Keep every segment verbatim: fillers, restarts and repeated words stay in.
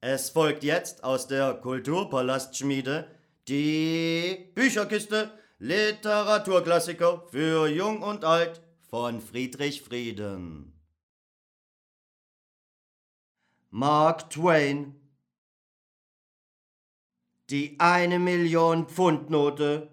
Es folgt jetzt aus der Kulturpalastschmiede die Bücherkiste Literaturklassiker für Jung und Alt von Friedrich Frieden. Mark Twain. Die eine Million Pfund Note.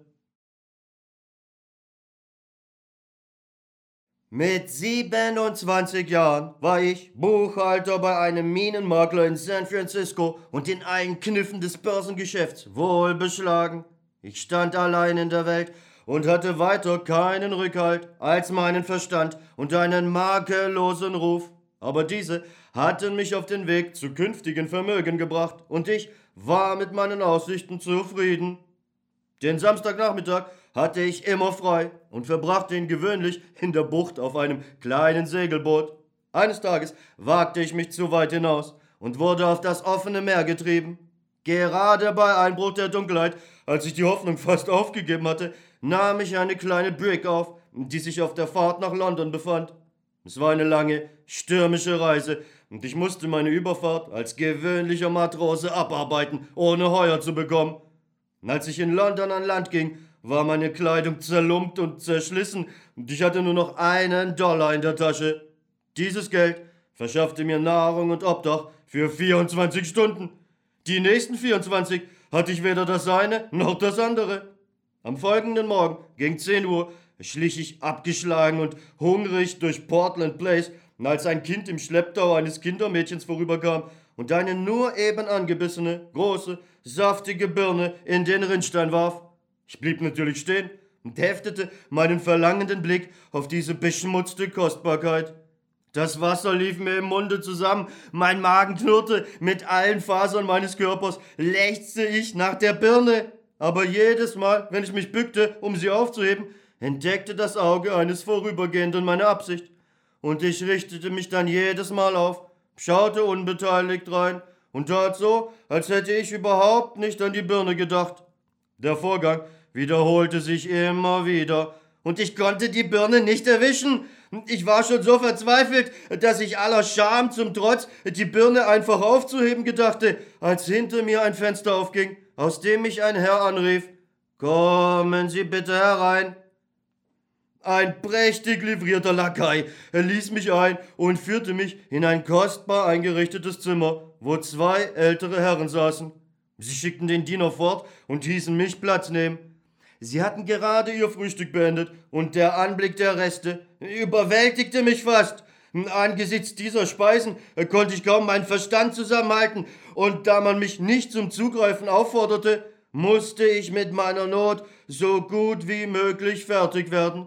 Mit siebenundzwanzig Jahren war ich Buchhalter bei einem Minenmakler in San Francisco und in allen Kniffen des Börsengeschäfts wohl beschlagen. Ich stand allein in der Welt und hatte weiter keinen Rückhalt als meinen Verstand und einen makellosen Ruf. Aber diese hatten mich auf den Weg zu künftigen Vermögen gebracht und ich war mit meinen Aussichten zufrieden. Den Samstagnachmittag hatte ich immer frei und verbrachte ihn gewöhnlich in der Bucht auf einem kleinen Segelboot. Eines Tages wagte ich mich zu weit hinaus und wurde auf das offene Meer getrieben. Gerade bei Einbruch der Dunkelheit, als ich die Hoffnung fast aufgegeben hatte, nahm ich eine kleine Brig auf, die sich auf der Fahrt nach London befand. Es war eine lange, stürmische Reise und ich musste meine Überfahrt als gewöhnlicher Matrose abarbeiten, ohne Heuer zu bekommen. Als ich in London an Land ging, war meine Kleidung zerlumpt und zerschlissen und ich hatte nur noch einen Dollar in der Tasche. Dieses Geld verschaffte mir Nahrung und Obdach für vierundzwanzig Stunden. Die nächsten vierundzwanzig hatte ich weder das eine noch das andere. Am folgenden Morgen gegen zehn Uhr schlich ich abgeschlagen und hungrig durch Portland Place, als ein Kind im Schlepptau eines Kindermädchens vorüberkam und eine nur eben angebissene, große, saftige Birne in den Rinnstein warf. Ich blieb natürlich stehen und heftete meinen verlangenden Blick auf diese beschmutzte Kostbarkeit. Das Wasser lief mir im Munde zusammen, mein Magen knurrte, mit allen Fasern meines Körpers lechzte ich nach der Birne. Aber jedes Mal, wenn ich mich bückte, um sie aufzuheben, entdeckte das Auge eines Vorübergehenden meine Absicht. Und ich richtete mich dann jedes Mal auf, schaute unbeteiligt rein und tat so, als hätte ich überhaupt nicht an die Birne gedacht. Der Vorgang wiederholte sich immer wieder und ich konnte die Birne nicht erwischen. Ich war schon so verzweifelt, dass ich aller Scham zum Trotz die Birne einfach aufzuheben gedachte, als hinter mir ein Fenster aufging, aus dem mich ein Herr anrief: »Kommen Sie bitte herein.« Ein prächtig livrierter Lakai ließ mich ein und führte mich in ein kostbar eingerichtetes Zimmer, wo zwei ältere Herren saßen. Sie schickten den Diener fort und hießen mich Platz nehmen. Sie hatten gerade ihr Frühstück beendet und der Anblick der Reste überwältigte mich fast. Angesichts dieser Speisen konnte ich kaum meinen Verstand zusammenhalten und da man mich nicht zum Zugreifen aufforderte, musste ich mit meiner Not so gut wie möglich fertig werden.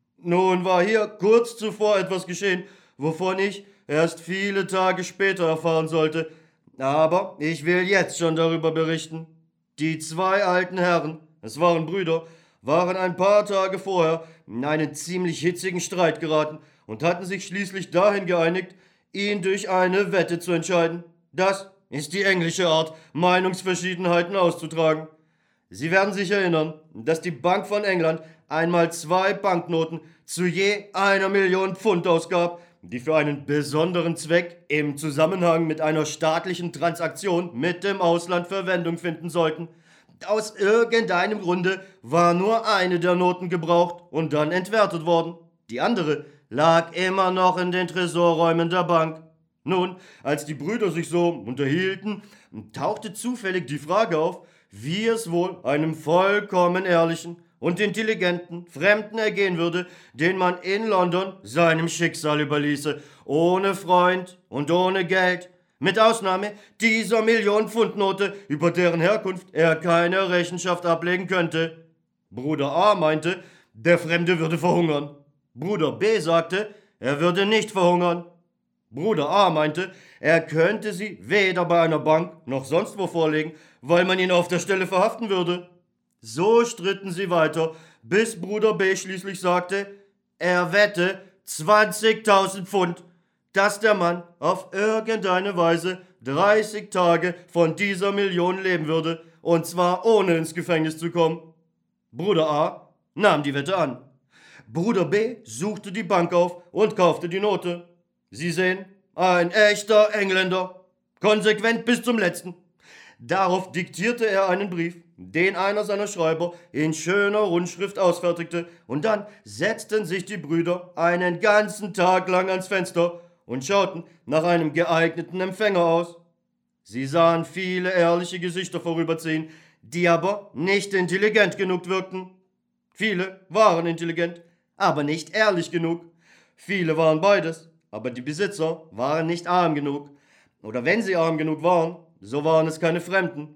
Nun war hier kurz zuvor etwas geschehen, wovon ich erst viele Tage später erfahren sollte, aber ich will jetzt schon darüber berichten. Die zwei alten Herren, es waren Brüder, waren ein paar Tage vorher in einen ziemlich hitzigen Streit geraten und hatten sich schließlich dahin geeinigt, ihn durch eine Wette zu entscheiden. Das ist die englische Art, Meinungsverschiedenheiten auszutragen. Sie werden sich erinnern, dass die Bank von England einmal zwei Banknoten zu je einer Million Pfund ausgab, die für einen besonderen Zweck im Zusammenhang mit einer staatlichen Transaktion mit dem Ausland Verwendung finden sollten. Aus irgendeinem Grunde war nur eine der Noten gebraucht und dann entwertet worden. Die andere lag immer noch in den Tresorräumen der Bank. Nun, als die Brüder sich so unterhielten, tauchte zufällig die Frage auf, wie es wohl einem vollkommen ehrlichen und intelligenten Fremden ergehen würde, den man in London seinem Schicksal überließe, ohne Freund und ohne Geld, mit Ausnahme dieser Million-Pfund-Note, über deren Herkunft er keine Rechenschaft ablegen könnte. Bruder A meinte, der Fremde würde verhungern. Bruder B sagte, er würde nicht verhungern. Bruder A meinte, er könnte sie weder bei einer Bank noch sonst wo vorlegen, weil man ihn auf der Stelle verhaften würde. So stritten sie weiter, bis Bruder B schließlich sagte, er wette zwanzigtausend Pfund, dass der Mann auf irgendeine Weise dreißig Tage von dieser Million leben würde, und zwar ohne ins Gefängnis zu kommen. Bruder A nahm die Wette an. Bruder B suchte die Bank auf und kaufte die Note. Sie sehen, ein echter Engländer. Konsequent bis zum letzten. Darauf diktierte er einen Brief, den einer seiner Schreiber in schöner Rundschrift ausfertigte, und dann setzten sich die Brüder einen ganzen Tag lang ans Fenster und schauten nach einem geeigneten Empfänger aus. Sie sahen viele ehrliche Gesichter vorüberziehen, die aber nicht intelligent genug wirkten. Viele waren intelligent, aber nicht ehrlich genug. Viele waren beides, aber die Besitzer waren nicht arm genug. Oder wenn sie arm genug waren, so waren es keine Fremden.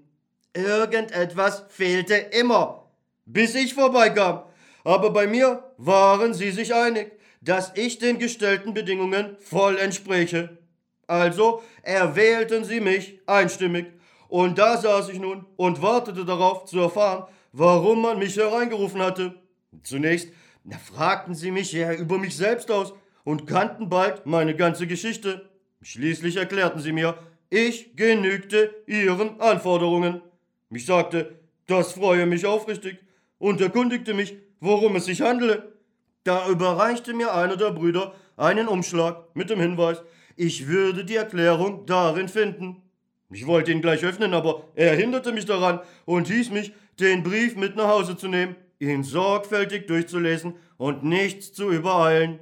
Irgendetwas fehlte immer, bis ich vorbeikam. Aber bei mir waren sie sich einig, dass ich den gestellten Bedingungen voll entspräche. Also erwählten sie mich einstimmig. Und da saß ich nun und wartete darauf zu erfahren, warum man mich hereingerufen hatte. Zunächst na, fragten sie mich ja über mich selbst aus und kannten bald meine ganze Geschichte. Schließlich erklärten sie mir, ich genügte ihren Anforderungen. Ich sagte, das freue mich aufrichtig, und erkundigte mich, worum es sich handele. Da überreichte mir einer der Brüder einen Umschlag mit dem Hinweis, ich würde die Erklärung darin finden. Ich wollte ihn gleich öffnen, aber er hinderte mich daran und hieß mich, den Brief mit nach Hause zu nehmen, ihn sorgfältig durchzulesen und nichts zu übereilen.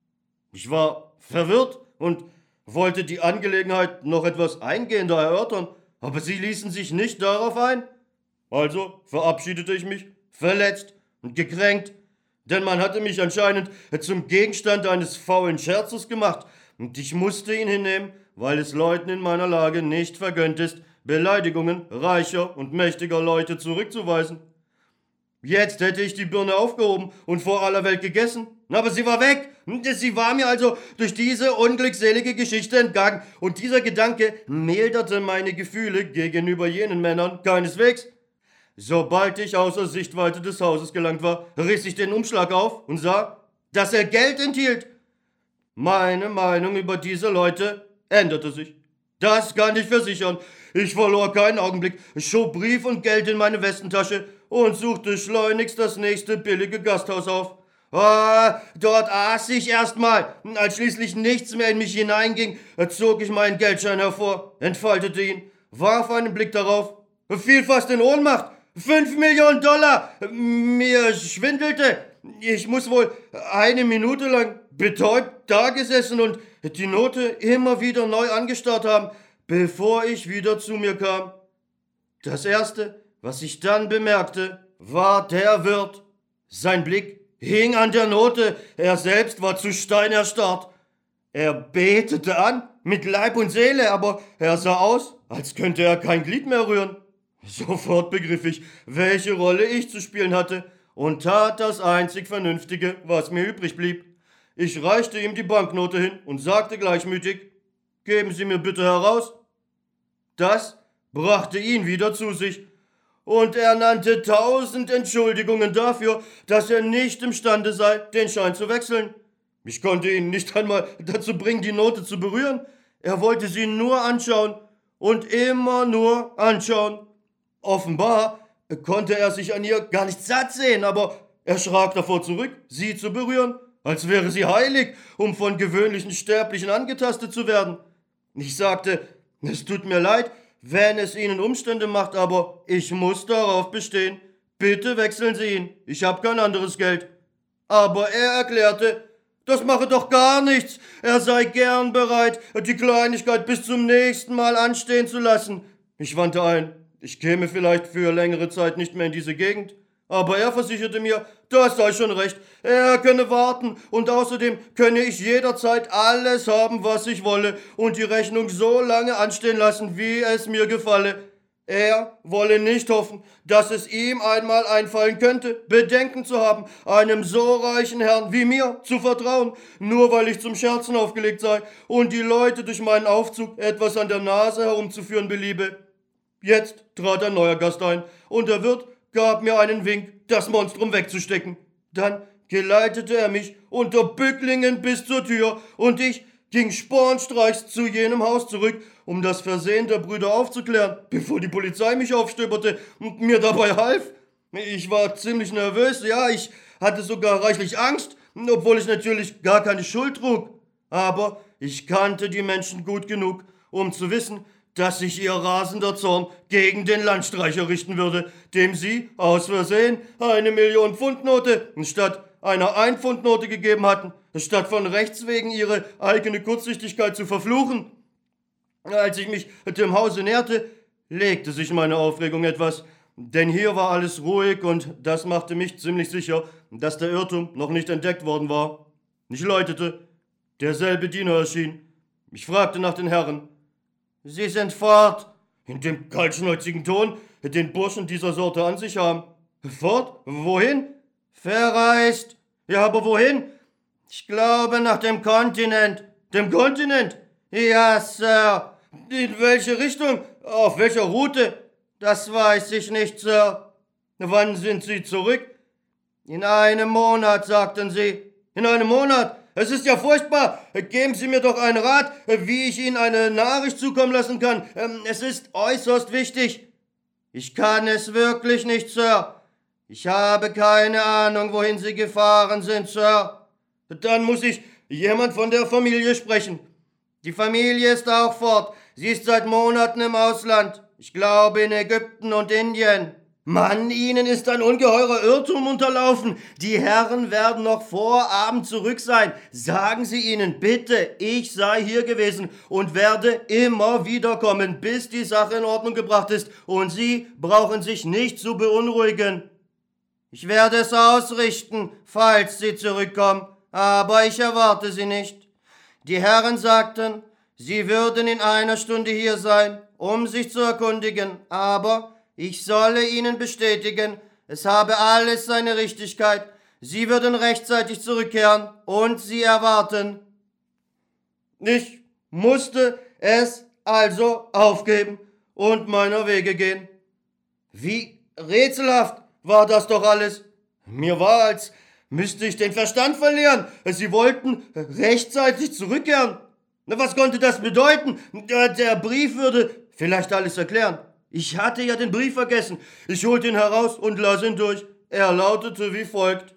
Ich war verwirrt und wollte die Angelegenheit noch etwas eingehender erörtern, aber sie ließen sich nicht darauf ein. Also verabschiedete ich mich, verletzt und gekränkt, denn man hatte mich anscheinend zum Gegenstand eines faulen Scherzes gemacht, und ich musste ihn hinnehmen, weil es Leuten in meiner Lage nicht vergönnt ist, Beleidigungen reicher und mächtiger Leute zurückzuweisen. Jetzt hätte ich die Birne aufgehoben und vor aller Welt gegessen, aber sie war weg. Sie war mir also durch diese unglückselige Geschichte entgangen, und dieser Gedanke milderte meine Gefühle gegenüber jenen Männern keineswegs. Sobald ich außer Sichtweite des Hauses gelangt war, riss ich den Umschlag auf und sah, dass er Geld enthielt. Meine Meinung über diese Leute änderte sich. Das kann ich versichern. Ich verlor keinen Augenblick, schob Brief und Geld in meine Westentasche und suchte schleunigst das nächste billige Gasthaus auf. Ah, dort aß ich erstmal. Als schließlich nichts mehr in mich hineinging, zog ich meinen Geldschein hervor, entfaltete ihn, warf einen Blick darauf, fiel fast in Ohnmacht. Fünf Millionen Dollar! Mir schwindelte. Ich muss wohl eine Minute lang betäubt dagesessen und die Note immer wieder neu angestarrt haben, bevor ich wieder zu mir kam. Das Erste, was ich dann bemerkte, war der Wirt. Sein Blick hing an der Note, er selbst war zu Stein erstarrt. Er betete an, mit Leib und Seele, aber er sah aus, als könnte er kein Glied mehr rühren. Sofort begriff ich, welche Rolle ich zu spielen hatte, und tat das einzig Vernünftige, was mir übrig blieb. Ich reichte ihm die Banknote hin und sagte gleichmütig, »Geben Sie mir bitte heraus.« Das brachte ihn wieder zu sich, und er nannte tausend Entschuldigungen dafür, dass er nicht imstande sei, den Schein zu wechseln. Ich konnte ihn nicht einmal dazu bringen, die Note zu berühren. Er wollte sie nur anschauen und immer nur anschauen. Offenbar konnte er sich an ihr gar nicht satt sehen, aber er schrak davor zurück, sie zu berühren, als wäre sie heilig, um von gewöhnlichen Sterblichen angetastet zu werden. Ich sagte, es tut mir leid, wenn es Ihnen Umstände macht, aber ich muss darauf bestehen. Bitte wechseln Sie ihn, ich habe kein anderes Geld. Aber er erklärte, das mache doch gar nichts. Er sei gern bereit, die Kleinigkeit bis zum nächsten Mal anstehen zu lassen. Ich wandte ein, ich käme vielleicht für längere Zeit nicht mehr in diese Gegend. Aber er versicherte mir, das sei schon recht, er könne warten und außerdem könne ich jederzeit alles haben, was ich wolle und die Rechnung so lange anstehen lassen, wie es mir gefalle. Er wolle nicht hoffen, dass es ihm einmal einfallen könnte, Bedenken zu haben, einem so reichen Herrn wie mir zu vertrauen, nur weil ich zum Scherzen aufgelegt sei und die Leute durch meinen Aufzug etwas an der Nase herumzuführen beliebe. Jetzt trat ein neuer Gast ein und der Wirt gab mir einen Wink, das Monstrum wegzustecken. Dann geleitete er mich unter Bücklingen bis zur Tür und ich ging spornstreichs zu jenem Haus zurück, um das Versehen der Brüder aufzuklären, bevor die Polizei mich aufstöberte und mir dabei half. Ich war ziemlich nervös, ja, ich hatte sogar reichlich Angst, obwohl ich natürlich gar keine Schuld trug. Aber ich kannte die Menschen gut genug, um zu wissen, dass sich ihr rasender Zorn gegen den Landstreicher richten würde, dem sie aus Versehen eine Million Pfundnote statt einer Ein-Pfund-Note gegeben hatten, statt von Rechts wegen ihre eigene Kurzsichtigkeit zu verfluchen. Als ich mich dem Hause näherte, legte sich meine Aufregung etwas, denn hier war alles ruhig und das machte mich ziemlich sicher, dass der Irrtum noch nicht entdeckt worden war. Ich läutete, derselbe Diener erschien. Ich fragte nach den Herren. »Sie sind fort«, in dem kaltschnäuzigen Ton, den Burschen dieser Sorte an sich haben. »Fort? Wohin?« »Verreist.« »Ja, aber wohin?« »Ich glaube nach dem Kontinent.« »Dem Kontinent?« »Ja, Sir.« »In welche Richtung? Auf welcher Route?« »Das weiß ich nicht, Sir.« »Wann sind Sie zurück?« »In einem Monat«, sagten sie. »In einem Monat? Es ist ja furchtbar. Geben Sie mir doch einen Rat, wie ich Ihnen eine Nachricht zukommen lassen kann. Es ist äußerst wichtig.« »Ich kann es wirklich nicht, Sir. Ich habe keine Ahnung, wohin Sie gefahren sind, Sir.« »Dann muss ich jemand von der Familie sprechen.« »Die Familie ist auch fort. Sie ist seit Monaten im Ausland. Ich glaube in Ägypten und Indien.« »Mann, Ihnen ist ein ungeheurer Irrtum unterlaufen. Die Herren werden noch vor Abend zurück sein. Sagen Sie ihnen bitte, ich sei hier gewesen und werde immer wiederkommen, bis die Sache in Ordnung gebracht ist. Und Sie brauchen sich nicht zu beunruhigen.« »Ich werde es ausrichten, falls Sie zurückkommen, aber ich erwarte Sie nicht. Die Herren sagten, Sie würden in einer Stunde hier sein, um sich zu erkundigen, aber ich solle Ihnen bestätigen, es habe alles seine Richtigkeit. Sie würden rechtzeitig zurückkehren und Sie erwarten.« Ich musste es also aufgeben und meiner Wege gehen. Wie rätselhaft war das doch alles. Mir war, als müsste ich den Verstand verlieren. Sie wollten rechtzeitig zurückkehren. Was konnte das bedeuten? Der Brief würde vielleicht alles erklären. Ich hatte ja den Brief vergessen. Ich holte ihn heraus und las ihn durch. Er lautete wie folgt: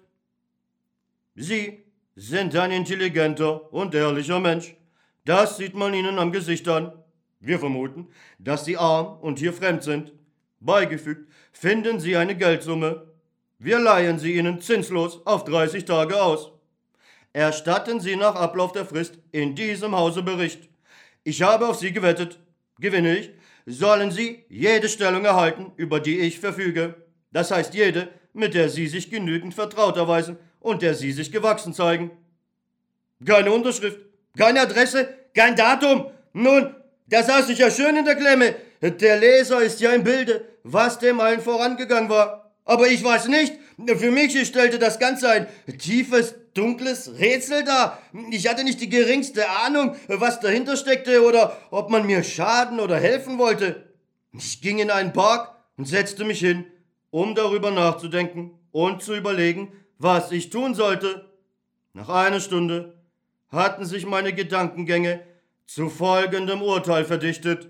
»Sie sind ein intelligenter und ehrlicher Mensch. Das sieht man Ihnen am Gesicht an. Wir vermuten, dass Sie arm und hier fremd sind. Beigefügt finden Sie eine Geldsumme. Wir leihen sie Ihnen zinslos auf dreißig Tage aus. Erstatten Sie nach Ablauf der Frist in diesem Hause Bericht. Ich habe auf Sie gewettet. Gewinne ich, sollen Sie jede Stellung erhalten, über die ich verfüge. Das heißt jede, mit der Sie sich genügend vertraut erweisen und der Sie sich gewachsen zeigen. Keine Unterschrift, keine Adresse, kein Datum. Nun, da saß ich ja schön in der Klemme. Der Leser ist ja im Bilde, was dem allen vorangegangen war. Aber ich weiß nicht. Für mich stellte das Ganze ein tiefes, dunkles Rätsel dar. Ich hatte nicht die geringste Ahnung, was dahinter steckte oder ob man mir schaden oder helfen wollte. Ich ging in einen Park und setzte mich hin, um darüber nachzudenken und zu überlegen, was ich tun sollte. Nach einer Stunde hatten sich meine Gedankengänge zu folgendem Urteil verdichtet.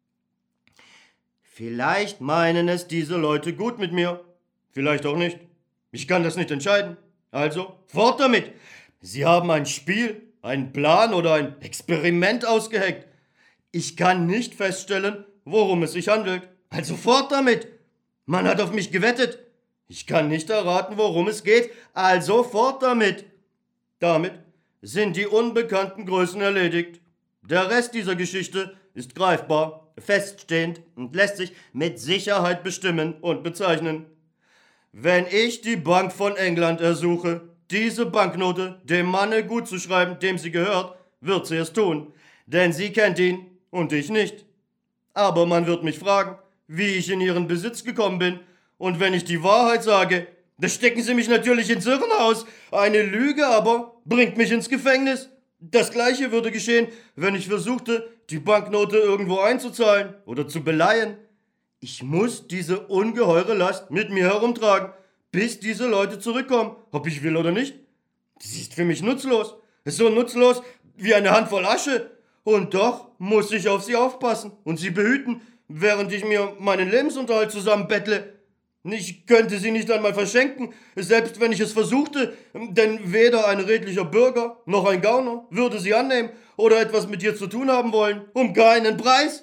Vielleicht meinen es diese Leute gut mit mir, vielleicht auch nicht. Ich kann das nicht entscheiden. Also, fort damit. Sie haben ein Spiel, einen Plan oder ein Experiment ausgeheckt. Ich kann nicht feststellen, worum es sich handelt. Also fort damit. Man hat auf mich gewettet. Ich kann nicht erraten, worum es geht. Also fort damit. Damit sind die unbekannten Größen erledigt. Der Rest dieser Geschichte ist greifbar, feststehend und lässt sich mit Sicherheit bestimmen und bezeichnen. Wenn ich die Bank von England ersuche, diese Banknote dem Manne gutzuschreiben, dem sie gehört, wird sie es tun, denn sie kennt ihn und ich nicht. Aber man wird mich fragen, wie ich in ihren Besitz gekommen bin, und wenn ich die Wahrheit sage, da stecken sie mich natürlich ins Irrenhaus. Eine Lüge aber bringt mich ins Gefängnis. Das Gleiche würde geschehen, wenn ich versuchte, die Banknote irgendwo einzuzahlen oder zu beleihen. Ich muss diese ungeheure Last mit mir herumtragen, bis diese Leute zurückkommen, ob ich will oder nicht. Sie ist für mich nutzlos, so nutzlos wie eine Handvoll Asche. Und doch muss ich auf sie aufpassen und sie behüten, während ich mir meinen Lebensunterhalt zusammenbettle. Ich könnte sie nicht einmal verschenken, selbst wenn ich es versuchte, denn weder ein redlicher Bürger noch ein Gauner würde sie annehmen oder etwas mit ihr zu tun haben wollen, um keinen Preis.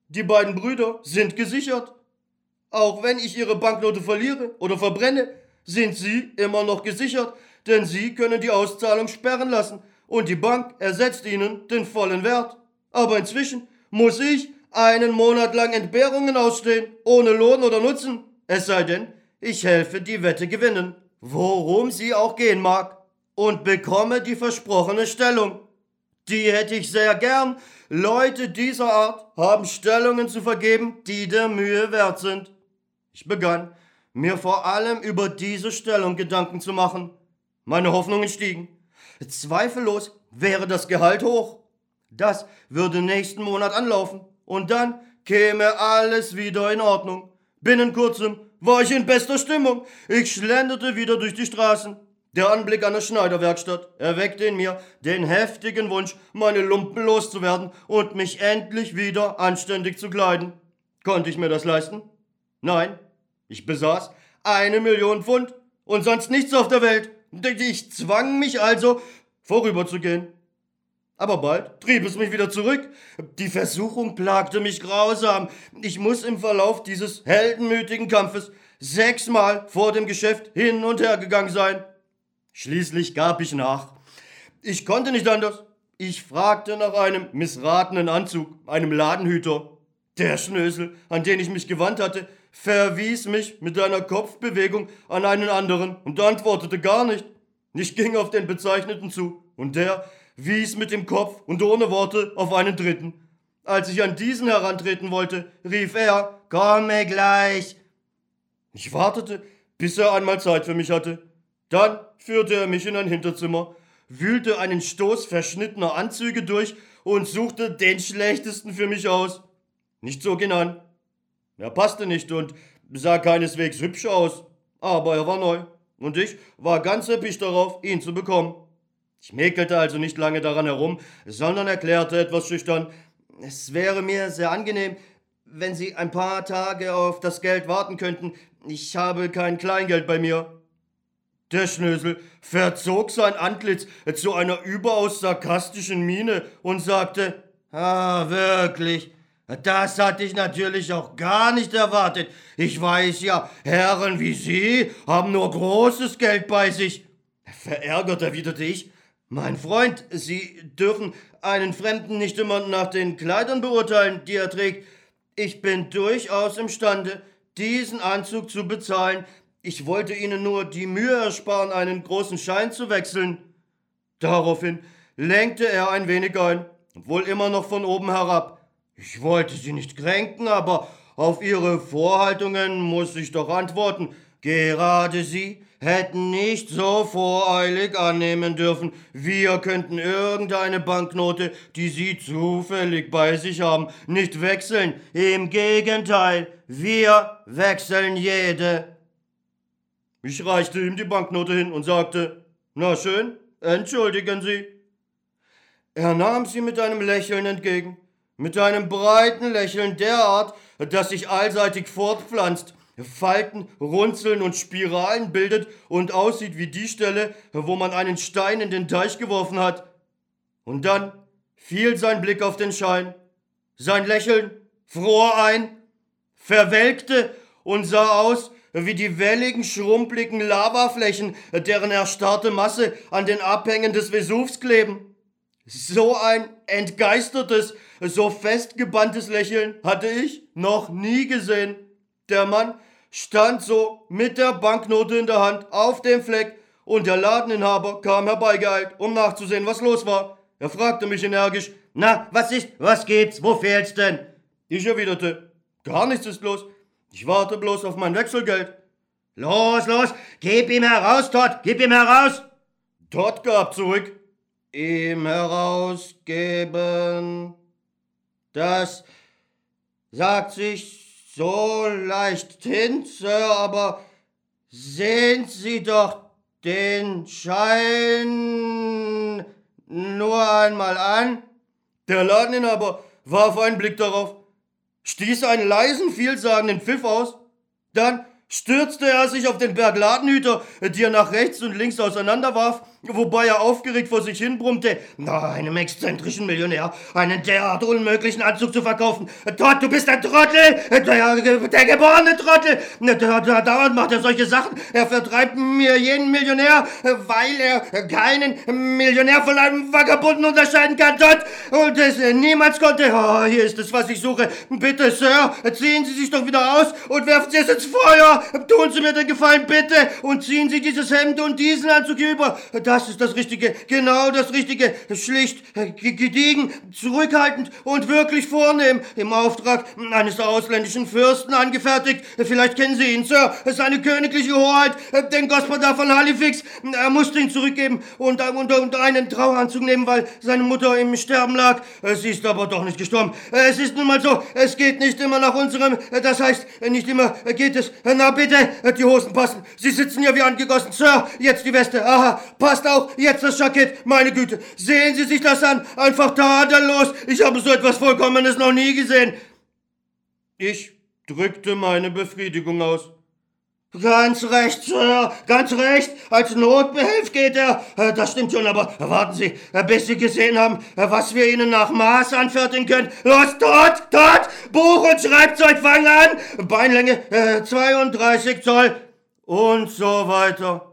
Die beiden Brüder sind gesichert. Auch wenn ich ihre Banknote verliere oder verbrenne, sind sie immer noch gesichert, denn sie können die Auszahlung sperren lassen und die Bank ersetzt ihnen den vollen Wert. Aber inzwischen muss ich einen Monat lang Entbehrungen ausstehen, ohne Lohn oder Nutzen. Es sei denn, ich helfe die Wette gewinnen, worum sie auch gehen mag, und bekomme die versprochene Stellung. Die hätte ich sehr gern. Leute dieser Art haben Stellungen zu vergeben, die der Mühe wert sind. Ich begann, mir vor allem über diese Stellung Gedanken zu machen. Meine Hoffnungen stiegen. Zweifellos wäre das Gehalt hoch. Das würde nächsten Monat anlaufen und dann käme alles wieder in Ordnung. Binnen kurzem war ich in bester Stimmung. Ich schlenderte wieder durch die Straßen. Der Anblick einer Schneiderwerkstatt erweckte in mir den heftigen Wunsch, meine Lumpen loszuwerden und mich endlich wieder anständig zu kleiden. Konnte ich mir das leisten? Nein, ich besaß eine Million Pfund und sonst nichts auf der Welt. Ich zwang mich also, vorüberzugehen. Aber bald trieb es mich wieder zurück. Die Versuchung plagte mich grausam. Ich muss im Verlauf dieses heldenmütigen Kampfes sechsmal vor dem Geschäft hin und her gegangen sein. Schließlich gab ich nach. Ich konnte nicht anders. Ich fragte nach einem missratenen Anzug, einem Ladenhüter. Der Schnösel, an den ich mich gewandt hatte, verwies mich mit einer Kopfbewegung an einen anderen und antwortete gar nicht. Ich ging auf den Bezeichneten zu und der wies mit dem Kopf und ohne Worte auf einen dritten. Als ich an diesen herantreten wollte, rief er, »Komme gleich!« Ich wartete, bis er einmal Zeit für mich hatte. Dann führte er mich in ein Hinterzimmer, wühlte einen Stoß verschnittener Anzüge durch und suchte den schlechtesten für mich aus. Nicht so ging an. Er passte nicht und sah keineswegs hübsch aus, aber er war neu und ich war ganz erpicht darauf, ihn zu bekommen. Ich mäkelte also nicht lange daran herum, sondern erklärte etwas schüchtern, es wäre mir sehr angenehm, wenn Sie ein paar Tage auf das Geld warten könnten. Ich habe kein Kleingeld bei mir. Der Schnösel verzog sein Antlitz zu einer überaus sarkastischen Miene und sagte, »Ah, wirklich? Das hatte ich natürlich auch gar nicht erwartet. Ich weiß ja, Herren wie Sie haben nur großes Geld bei sich.« Verärgert erwiderte ich, »Mein Freund, Sie dürfen einen Fremden nicht immer nach den Kleidern beurteilen, die er trägt. Ich bin durchaus imstande, diesen Anzug zu bezahlen. Ich wollte Ihnen nur die Mühe ersparen, einen großen Schein zu wechseln.« Daraufhin lenkte er ein wenig ein, wohl immer noch von oben herab. Ich wollte Sie nicht kränken, aber auf Ihre Vorhaltungen muss ich doch antworten. Gerade Sie hätten nicht so voreilig annehmen dürfen, wir könnten irgendeine Banknote, die Sie zufällig bei sich haben, nicht wechseln. Im Gegenteil, wir wechseln jede. Ich reichte ihm die Banknote hin und sagte, »Na schön, entschuldigen Sie.« Er nahm sie mit einem Lächeln entgegen, mit einem breiten Lächeln derart, das sich allseitig fortpflanzt, Falten, Runzeln und Spiralen bildet und aussieht wie die Stelle, wo man einen Stein in den Teich geworfen hat. Und dann fiel sein Blick auf den Schein. Sein Lächeln fror ein, verwelkte und sah aus wie die welligen, schrumpeligen Lavaflächen, deren erstarrte Masse an den Abhängen des Vesuvs kleben. So ein entgeistertes, so festgebanntes Lächeln hatte ich noch nie gesehen. Der Mann stand so mit der Banknote in der Hand auf dem Fleck und der Ladeninhaber kam herbeigeeilt, um nachzusehen, was los war. Er fragte mich energisch, »Na, was ist, was gibt's, wo fehlt's denn?« Ich erwiderte, »Gar nichts ist los. Ich warte bloß auf mein Wechselgeld.« »Los, los, gib ihm heraus, Todd, gib ihm heraus!« Todd gab zurück, »Ihm herausgeben, das sagt sich so leichthin, Sir, aber sehen Sie doch den Schein nur einmal an.« Der Ladeninhaber warf einen Blick darauf, stieß einen leisen, vielsagenden Pfiff aus, dann stürzte er sich auf den Berg Ladenhüter, die er nach rechts und links auseinanderwarf, wobei er aufgeregt vor sich hin brummte, einem exzentrischen Millionär einen derart unmöglichen Anzug zu verkaufen. Todd, du bist ein Trottel, der, der geborene Trottel. Dauernd macht er solche Sachen. Er vertreibt mir jeden Millionär, weil er keinen Millionär von einem Vagabunden unterscheiden kann, Todd. Und es niemals konnte. Oh, hier ist es, was ich suche. Bitte, Sir, ziehen Sie sich doch wieder aus und werfen Sie es ins Feuer. Tun Sie mir den Gefallen, bitte, und ziehen Sie dieses Hemd und diesen Anzug hier über. Das ist das Richtige, genau das Richtige. Schlicht, gediegen, zurückhaltend und wirklich vornehm. Im Auftrag eines ausländischen Fürsten angefertigt. Vielleicht kennen Sie ihn, Sir. Seine königliche Hoheit, den Gospodar von Halifax. Er musste ihn zurückgeben und, und, und einen Traueranzug nehmen, weil seine Mutter im Sterben lag. Sie ist aber doch nicht gestorben. Es ist nun mal so, es geht nicht immer nach unserem, das heißt, nicht immer geht es. Na bitte, die Hosen passen. Sie sitzen ja wie angegossen. Sir, jetzt die Weste. Aha, passt auch. Jetzt das Jackett. Meine Güte, sehen Sie sich das an. Einfach tadellos. Ich habe so etwas Vollkommenes noch nie gesehen. Ich drückte meine Befriedigung aus. Ganz recht, Sir, ganz recht. Als Notbehelf geht er. Das stimmt schon, aber warten Sie, bis Sie gesehen haben, was wir Ihnen nach Maß anfertigen können. Los, Todd, Todd, Buch und Schreibzeug, fang an. Beinlänge äh, zweiunddreißig Zoll und so weiter.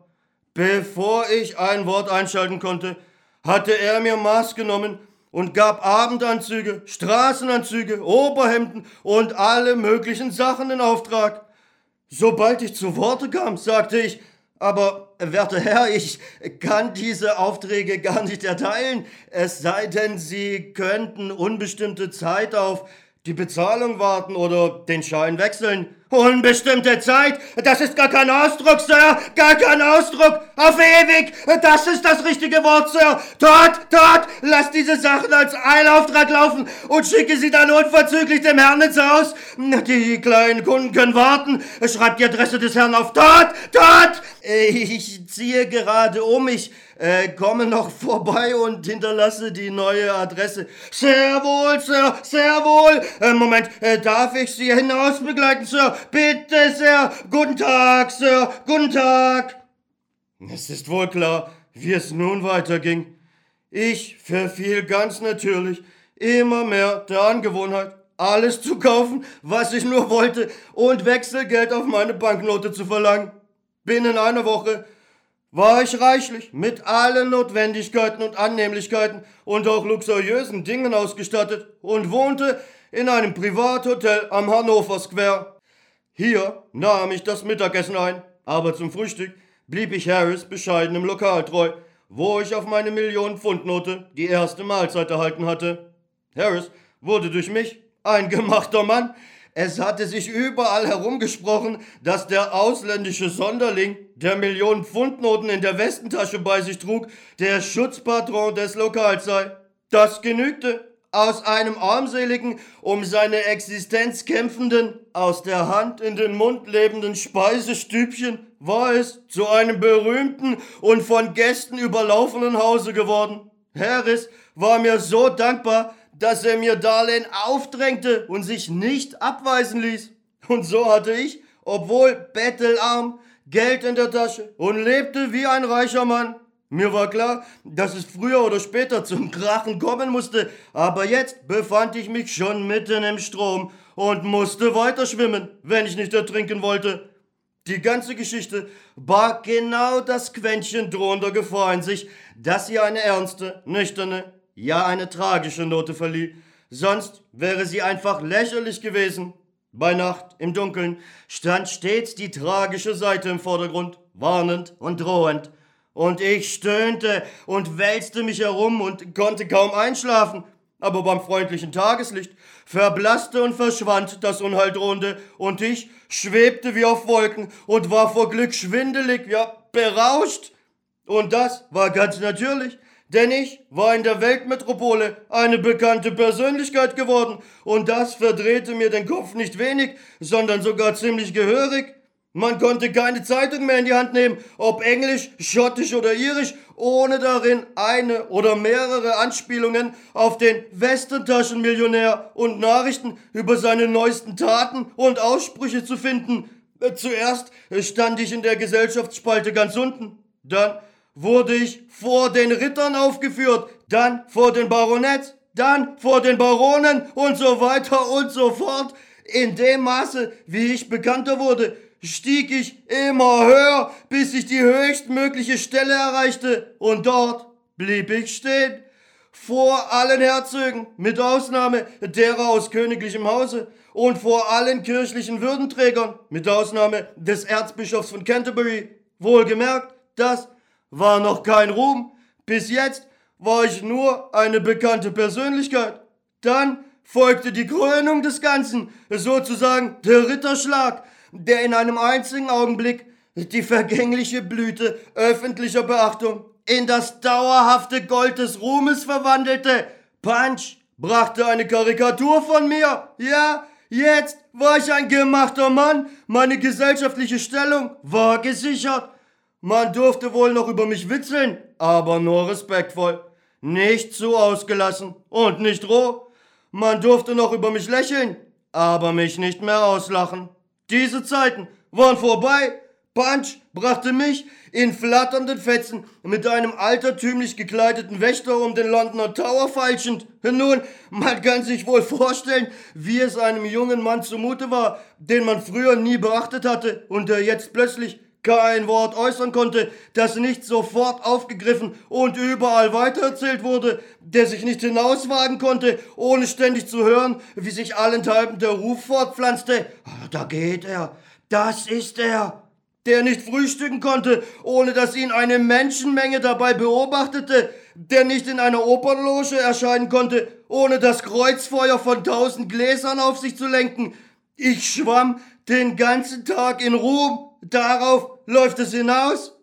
Bevor ich ein Wort einschalten konnte, hatte er mir Maß genommen und gab Abendanzüge, Straßenanzüge, Oberhemden und alle möglichen Sachen in Auftrag. Sobald ich zu Worte kam, sagte ich, aber, werter Herr, ich kann diese Aufträge gar nicht erteilen, es sei denn, Sie könnten unbestimmte Zeit auf die Bezahlung warten oder den Schein wechseln. Unbestimmte Zeit? Das ist gar kein Ausdruck, Sir, gar kein Ausdruck. Auf ewig, das ist das richtige Wort, Sir. Todd, Todd, lass diese Sachen als Eilauftrag laufen und schicke sie dann unverzüglich dem Herrn ins Haus. Die kleinen Kunden können warten. Schreibt die Adresse des Herrn auf. Todd, Todd! Ich ziehe gerade um, ich äh, komme noch vorbei und hinterlasse die neue Adresse. Sehr wohl, Sir, sehr wohl. Äh, Moment, äh, darf ich Sie hinaus begleiten, Sir? Bitte, Sir. Guten Tag, Sir. Guten Tag. Es ist wohl klar, wie es nun weiterging. Ich verfiel ganz natürlich immer mehr der Angewohnheit, alles zu kaufen, was ich nur wollte, und Wechselgeld auf meine Banknote zu verlangen. Binnen einer Woche war ich reichlich mit allen Notwendigkeiten und Annehmlichkeiten und auch luxuriösen Dingen ausgestattet und wohnte in einem Privathotel am Hannover Square. Hier nahm ich das Mittagessen ein, aber zum Frühstück blieb ich Harris bescheidenem Lokal treu, wo ich auf meine Millionen-Pfund-Note die erste Mahlzeit erhalten hatte. Harris wurde durch mich ein gemachter Mann. Es hatte sich überall herumgesprochen, dass der ausländische Sonderling, der Millionen Pfundnoten in der Westentasche bei sich trug, der Schutzpatron des Lokals sei. Das genügte. Aus einem armseligen, um seine Existenz kämpfenden, aus der Hand in den Mund lebenden Speisestübchen war es zu einem berühmten und von Gästen überlaufenen Hause geworden. Harris war mir so dankbar, dass er mir Darlehen aufdrängte und sich nicht abweisen ließ. Und so hatte ich, obwohl bettelarm, Geld in der Tasche und lebte wie ein reicher Mann. Mir war klar, dass es früher oder später zum Krachen kommen musste, aber jetzt befand ich mich schon mitten im Strom und musste weiter schwimmen, wenn ich nicht ertrinken wollte. Die ganze Geschichte barg genau das Quäntchen drohender Gefahr in sich, dass sie eine ernste, nüchterne, ja eine tragische Note verlieh. Sonst wäre sie einfach lächerlich gewesen. Bei Nacht, im Dunkeln, stand stets die tragische Seite im Vordergrund, warnend und drohend. Und ich stöhnte und wälzte mich herum und konnte kaum einschlafen. Aber beim freundlichen Tageslicht verblasste und verschwand das Unheildrohende und ich schwebte wie auf Wolken und war vor Glück schwindelig, ja, berauscht. Und das war ganz natürlich, denn ich war in der Weltmetropole eine bekannte Persönlichkeit geworden und das verdrehte mir den Kopf nicht wenig, sondern sogar ziemlich gehörig. Man konnte keine Zeitung mehr in die Hand nehmen, ob englisch, schottisch oder irisch, ohne darin eine oder mehrere Anspielungen auf den Westentaschenmillionär und Nachrichten über seine neuesten Taten und Aussprüche zu finden. Zuerst stand ich in der Gesellschaftsspalte ganz unten, dann wurde ich vor den Rittern aufgeführt, dann vor den Baronets, dann vor den Baronen und so weiter und so fort. In dem Maße, wie ich bekannter wurde, stieg ich immer höher, bis ich die höchstmögliche Stelle erreichte, und dort blieb ich stehen. Vor allen Herzögen, mit Ausnahme derer aus königlichem Hause, und vor allen kirchlichen Würdenträgern, mit Ausnahme des Erzbischofs von Canterbury. Wohlgemerkt, das war noch kein Ruhm. Bis jetzt war ich nur eine bekannte Persönlichkeit. Dann folgte die Krönung des Ganzen, sozusagen der Ritterschlag, der in einem einzigen Augenblick die vergängliche Blüte öffentlicher Beachtung in das dauerhafte Gold des Ruhmes verwandelte. Punch brachte eine Karikatur von mir. Ja, jetzt war ich ein gemachter Mann. Meine gesellschaftliche Stellung war gesichert. Man durfte wohl noch über mich witzeln, aber nur respektvoll. Nicht zu ausgelassen und nicht roh. Man durfte noch über mich lächeln, aber mich nicht mehr auslachen. Diese Zeiten waren vorbei. Punch brachte mich in flatternden Fetzen mit einem altertümlich gekleideten Wächter um den Londoner Tower feilschend. Nun, man kann sich wohl vorstellen, wie es einem jungen Mann zumute war, den man früher nie beachtet hatte und der jetzt plötzlich kein Wort äußern konnte, das nicht sofort aufgegriffen und überall weitererzählt wurde, der sich nicht hinauswagen konnte, ohne ständig zu hören, wie sich allenthalben der Ruf fortpflanzte: Da geht er, das ist er. Der nicht frühstücken konnte, ohne dass ihn eine Menschenmenge dabei beobachtete, der nicht in einer Opernloge erscheinen konnte, ohne das Kreuzfeuer von tausend Gläsern auf sich zu lenken. Ich schwamm den ganzen Tag in Ruhm. Darauf läuft es hinaus.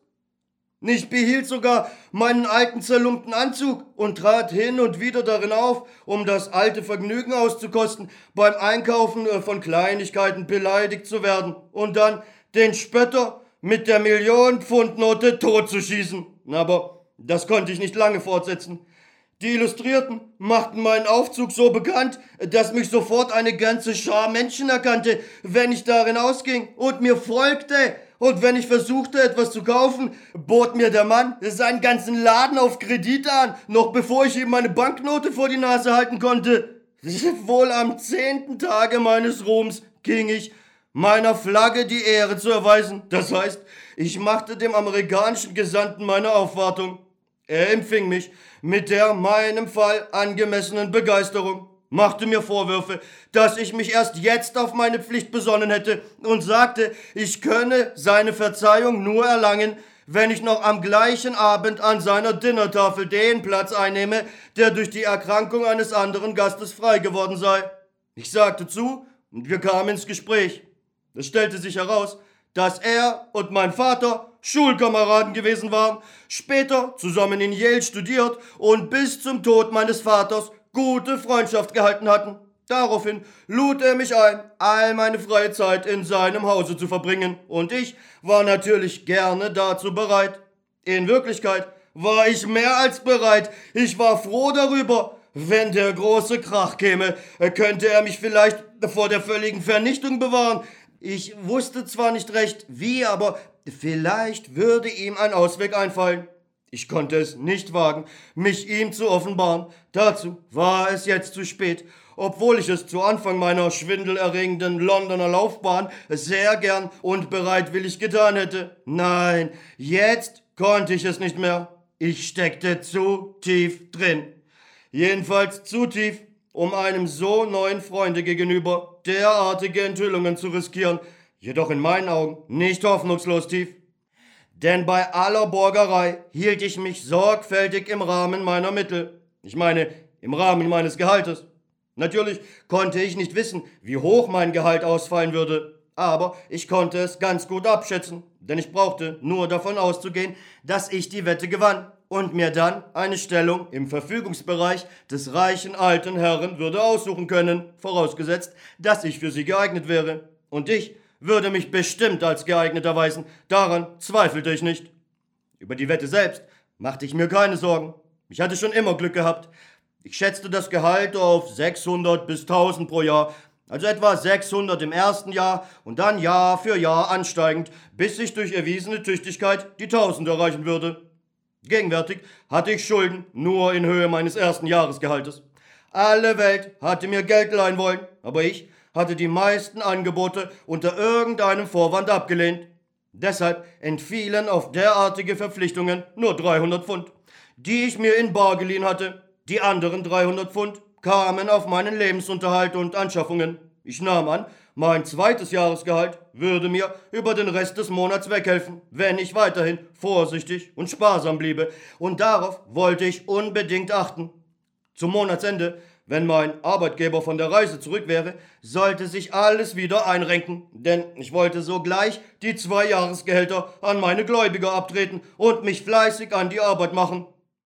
Ich behielt sogar meinen alten zerlumpten Anzug und trat hin und wieder darin auf, um das alte Vergnügen auszukosten, beim Einkaufen von Kleinigkeiten beleidigt zu werden und dann den Spötter mit der Millionen-Pfund-Note totzuschießen. Aber das konnte ich nicht lange fortsetzen. Die Illustrierten machten meinen Aufzug so bekannt, dass mich sofort eine ganze Schar Menschen erkannte, wenn ich darin ausging und mir folgte. Und wenn ich versuchte, etwas zu kaufen, bot mir der Mann seinen ganzen Laden auf Kredit an, noch bevor ich ihm meine Banknote vor die Nase halten konnte. Wohl am zehnten Tage meines Ruhms ging ich, meiner Flagge die Ehre zu erweisen. Das heißt, ich machte dem amerikanischen Gesandten meine Aufwartung. Er empfing mich mit der meinem Fall angemessenen Begeisterung, machte mir Vorwürfe, dass ich mich erst jetzt auf meine Pflicht besonnen hätte und sagte, ich könne seine Verzeihung nur erlangen, wenn ich noch am gleichen Abend an seiner Dinnertafel den Platz einnehme, der durch die Erkrankung eines anderen Gastes frei geworden sei. Ich sagte zu und wir kamen ins Gespräch. Es stellte sich heraus, dass er und mein Vater Schulkameraden gewesen waren, später zusammen in Yale studiert und bis zum Tod meines Vaters gute Freundschaft gehalten hatten. Daraufhin lud er mich ein, all meine freie Zeit in seinem Hause zu verbringen, und ich war natürlich gerne dazu bereit. In Wirklichkeit war ich mehr als bereit. Ich war froh darüber. Wenn der große Krach käme, könnte er mich vielleicht vor der völligen Vernichtung bewahren. Ich wusste zwar nicht recht wie, aber vielleicht würde ihm ein Ausweg einfallen. Ich konnte es nicht wagen, mich ihm zu offenbaren. Dazu war es jetzt zu spät, obwohl ich es zu Anfang meiner schwindelerregenden Londoner Laufbahn sehr gern und bereitwillig getan hätte. Nein, jetzt konnte ich es nicht mehr. Ich steckte zu tief drin. Jedenfalls zu tief, um einem so neuen Freunde gegenüber derartige Enthüllungen zu riskieren, jedoch in meinen Augen nicht hoffnungslos tief. Denn bei aller Borgerei hielt ich mich sorgfältig im Rahmen meiner Mittel. Ich meine, im Rahmen meines Gehaltes. Natürlich konnte ich nicht wissen, wie hoch mein Gehalt ausfallen würde, aber ich konnte es ganz gut abschätzen, denn ich brauchte nur davon auszugehen, dass ich die Wette gewann und mir dann eine Stellung im Verfügungsbereich des reichen alten Herren würde aussuchen können, vorausgesetzt, dass ich für sie geeignet wäre. Und ich würde mich bestimmt als geeignet erweisen, daran zweifelte ich nicht. Über die Wette selbst machte ich mir keine Sorgen. Ich hatte schon immer Glück gehabt. Ich schätzte das Gehalt auf sechshundert bis tausend pro Jahr, also etwa sechshundert im ersten Jahr und dann Jahr für Jahr ansteigend, bis ich durch erwiesene Tüchtigkeit die tausend erreichen würde. Gegenwärtig hatte ich Schulden nur in Höhe meines ersten Jahresgehaltes. Alle Welt hatte mir Geld leihen wollen, aber ich hatte die meisten Angebote unter irgendeinem Vorwand abgelehnt. Deshalb entfielen auf derartige Verpflichtungen nur dreihundert Pfund, die ich mir in bar geliehen hatte. Die anderen dreihundert Pfund kamen auf meinen Lebensunterhalt und Anschaffungen. Ich nahm an, mein zweites Jahresgehalt würde mir über den Rest des Monats weghelfen, wenn ich weiterhin vorsichtig und sparsam bliebe, und darauf wollte ich unbedingt achten. Zum Monatsende, wenn mein Arbeitgeber von der Reise zurück wäre, sollte sich alles wieder einrenken, denn ich wollte sogleich die zwei Jahresgehälter an meine Gläubiger abtreten und mich fleißig an die Arbeit machen.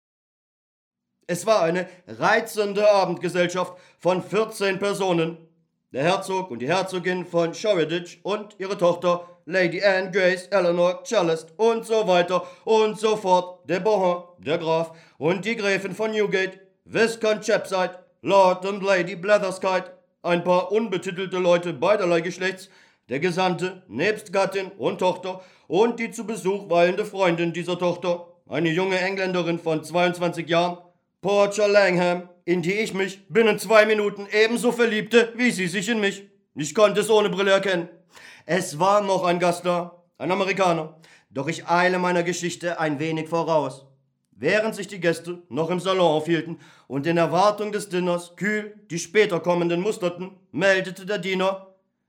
Es war eine reizende Abendgesellschaft von vierzehn Personen. Der Herzog und die Herzogin von Shoreditch und ihre Tochter Lady Anne, Grace, Eleanor, Cellist und so weiter und so fort, der Bohun, der Graf und die Gräfin von Newgate, Viscount Chapside, Lord und Lady Bletherskite, ein paar unbetitelte Leute beiderlei Geschlechts, der Gesandte, nebst Gattin und Tochter und die zu Besuch weilende Freundin dieser Tochter, eine junge Engländerin von zweiundzwanzig Jahren, Portia Langham, in die ich mich binnen zwei Minuten ebenso verliebte, wie sie sich in mich. Ich konnte es ohne Brille erkennen. Es war noch ein Gast da, ein Amerikaner, doch ich eile meiner Geschichte ein wenig voraus. Während sich die Gäste noch im Salon aufhielten und in Erwartung des Dinners kühl die später kommenden musterten, meldete der Diener: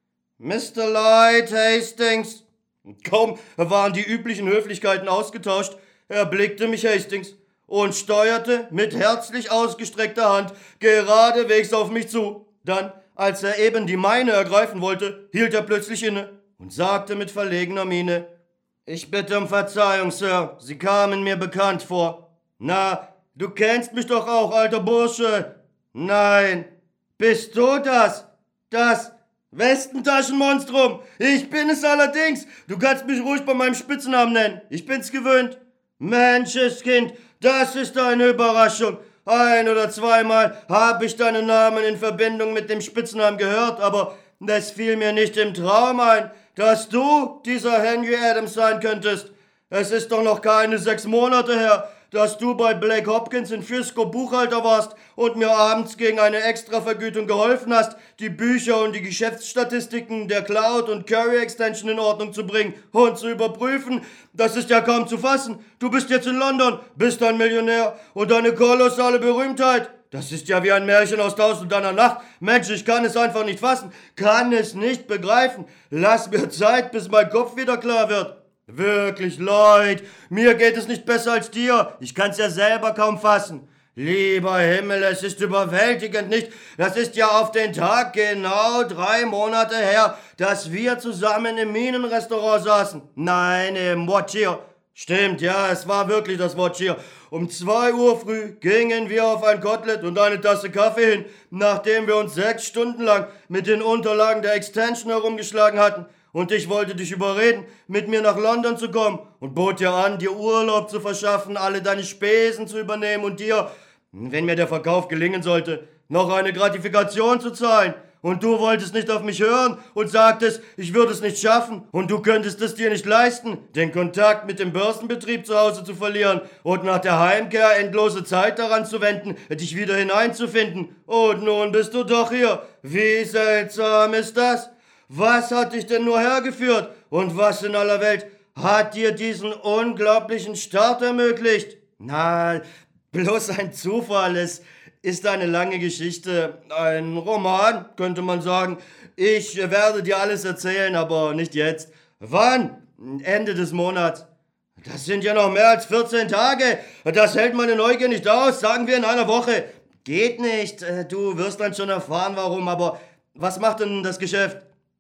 Mister Lloyd Hastings. Kaum waren die üblichen Höflichkeiten ausgetauscht, erblickte mich Hastings und steuerte mit herzlich ausgestreckter Hand geradewegs auf mich zu. Dann, als er eben die meine ergreifen wollte, hielt er plötzlich inne und sagte mit verlegener Miene: Ich bitte um Verzeihung, Sir, Sie kamen mir bekannt vor. Na, du kennst mich doch auch, alter Bursche. Nein, bist du das? Das Westentaschenmonstrum. Ich bin es allerdings. Du kannst mich ruhig bei meinem Spitznamen nennen. Ich bin's gewöhnt. Menscheskind, das ist eine Überraschung. Ein oder zweimal habe ich deinen Namen in Verbindung mit dem Spitznamen gehört, aber es fiel mir nicht im Traum ein, dass du dieser Henry Adams sein könntest. Es ist doch noch keine sechs Monate her, dass du bei Blake Hopkins in Frisco Buchhalter warst und mir abends gegen eine Extravergütung geholfen hast, die Bücher und die Geschäftsstatistiken der Cloud und Curry Extension in Ordnung zu bringen und zu überprüfen. Das ist ja kaum zu fassen. Du bist jetzt in London, bist ein Millionär und eine kolossale Berühmtheit. Das ist ja wie ein Märchen aus Tausend und einer Nacht. Mensch, ich kann es einfach nicht fassen, kann es nicht begreifen. Lass mir Zeit, bis mein Kopf wieder klar wird. Wirklich, Lloyd, mir geht es nicht besser als dir. Ich kann's ja selber kaum fassen. Lieber Himmel, es ist überwältigend, nicht? Das ist ja auf den Tag genau drei Monate her, dass wir zusammen im Minenrestaurant saßen. Nein, im Watch Here. Stimmt, ja, es war wirklich das Watch Here. Um zwei Uhr früh gingen wir auf ein Kotelett und eine Tasse Kaffee hin, nachdem wir uns sechs Stunden lang mit den Unterlagen der Extension herumgeschlagen hatten. Und ich wollte dich überreden, mit mir nach London zu kommen und bot dir an, dir Urlaub zu verschaffen, alle deine Spesen zu übernehmen und dir, wenn mir der Verkauf gelingen sollte, noch eine Gratifikation zu zahlen. Und du wolltest nicht auf mich hören und sagtest, ich würde es nicht schaffen und du könntest es dir nicht leisten, den Kontakt mit dem Börsenbetrieb zu Hause zu verlieren und nach der Heimkehr endlose Zeit daran zu wenden, dich wieder hineinzufinden. Und nun bist du doch hier. Wie seltsam ist das? Was hat dich denn nur hergeführt? Und was in aller Welt hat dir diesen unglaublichen Start ermöglicht? Na, bloß ein Zufall. Es ist eine lange Geschichte. Ein Roman, könnte man sagen. Ich werde dir alles erzählen, aber nicht jetzt. Wann? Ende des Monats. Das sind ja noch mehr als vierzehn Tage. Das hält meine Neugier nicht aus. Sagen wir in einer Woche. Geht nicht. Du wirst dann schon erfahren, warum. Aber was macht denn das Geschäft?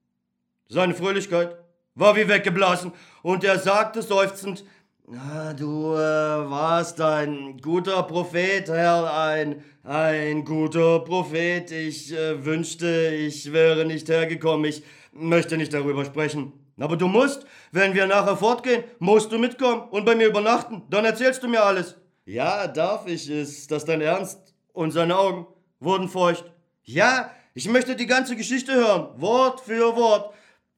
Seine Fröhlichkeit war wie weggeblasen und er sagte seufzend, ah, du äh, warst ein guter Prophet, Herr, ein, ein guter Prophet. Ich äh, wünschte, ich wäre nicht hergekommen. Ich möchte nicht darüber sprechen. Aber du musst, wenn wir nachher fortgehen, musst du mitkommen und bei mir übernachten. Dann erzählst du mir alles. Ja, darf ich. Ist das dein Ernst? Und seine Augen wurden feucht. Ja, ich möchte die ganze Geschichte hören, Wort für Wort.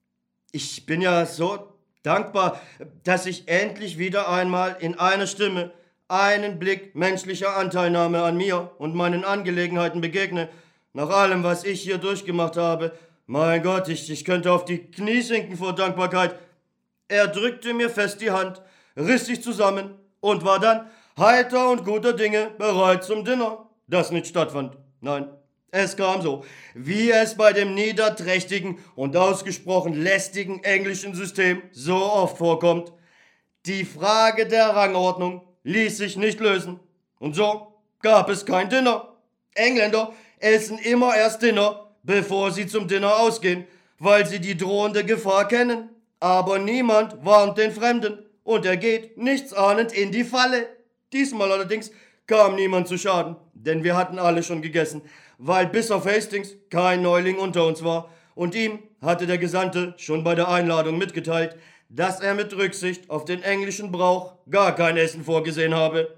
Ich bin ja so dankbar, dass ich endlich wieder einmal in einer Stimme einen Blick menschlicher Anteilnahme an mir und meinen Angelegenheiten begegne, nach allem, was ich hier durchgemacht habe, mein Gott, ich, ich könnte auf die Knie sinken vor Dankbarkeit. Er drückte mir fest die Hand, riss sich zusammen und war dann heiter und guter Dinge bereit zum Dinner, das nicht stattfand. Nein, es kam so, wie es bei dem niederträchtigen und ausgesprochen lästigen englischen System so oft vorkommt. Die Frage der Rangordnung ließ sich nicht lösen. Und so gab es kein Dinner. Engländer essen immer erst Dinner, bevor sie zum Dinner ausgehen, weil sie die drohende Gefahr kennen. Aber niemand warnt den Fremden und er geht nichtsahnend in die Falle. Diesmal allerdings kam niemand zu Schaden, denn wir hatten alle schon gegessen, weil bis auf Hastings kein Neuling unter uns war und ihm hatte der Gesandte schon bei der Einladung mitgeteilt, dass er mit Rücksicht auf den englischen Brauch gar kein Essen vorgesehen habe.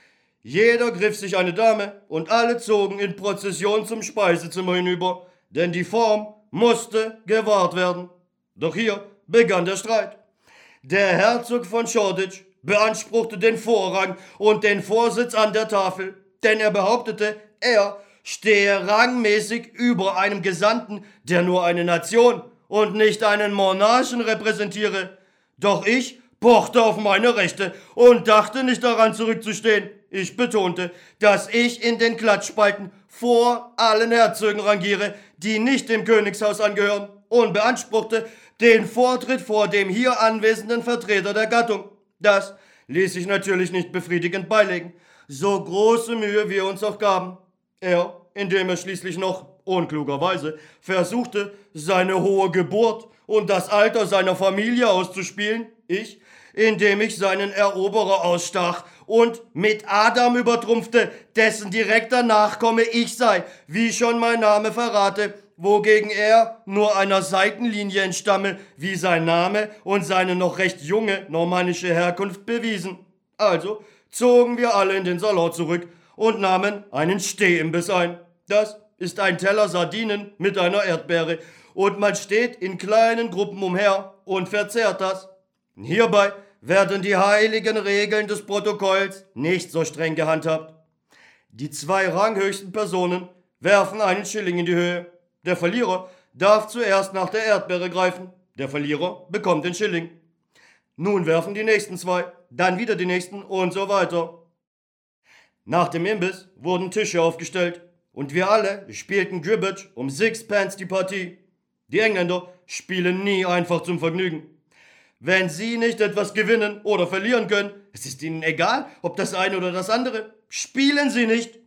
Jeder griff sich eine Dame und alle zogen in Prozession zum Speisezimmer hinüber, denn die Form musste gewahrt werden. Doch hier begann der Streit. Der Herzog von Shoreditch beanspruchte den Vorrang und den Vorsitz an der Tafel, denn er behauptete, er stehe rangmäßig über einem Gesandten, der nur eine Nation und nicht einen Monarchen repräsentiere. Doch ich pochte auf meine Rechte und dachte nicht daran zurückzustehen. Ich betonte, dass ich in den Klatschspalten vor allen Herzögen rangiere, die nicht dem Königshaus angehören, und beanspruchte den Vortritt vor dem hier anwesenden Vertreter der Gattung. Das ließ sich natürlich nicht befriedigend beilegen, so große Mühe wir uns auch gaben. Er, indem er schließlich noch, unklugerweise, versuchte, seine hohe Geburt und das Alter seiner Familie auszuspielen, ich, indem ich seinen Eroberer ausstach und mit Adam übertrumpfte, dessen direkter Nachkomme ich sei, wie schon mein Name verrate, wogegen er nur einer Seitenlinie entstamme, wie sein Name und seine noch recht junge normannische Herkunft bewiesen. Also zogen wir alle in den Salon zurück und nahmen einen Stehimbiss ein. Das ist ein Teller Sardinen mit einer Erdbeere und man steht in kleinen Gruppen umher und verzehrt das. Hierbei werden die heiligen Regeln des Protokolls nicht so streng gehandhabt. Die zwei ranghöchsten Personen werfen einen Schilling in die Höhe. Der Verlierer darf zuerst nach der Erdbeere greifen. Der Verlierer bekommt den Schilling. Nun werfen die nächsten zwei, dann wieder die nächsten und so weiter. Nach dem Imbiss wurden Tische aufgestellt und wir alle spielten Cribbage um Sixpence die Partie. Die Engländer spielen nie einfach zum Vergnügen. Wenn sie nicht etwas gewinnen oder verlieren können, es ist ihnen egal, ob das eine oder das andere, spielen sie nicht.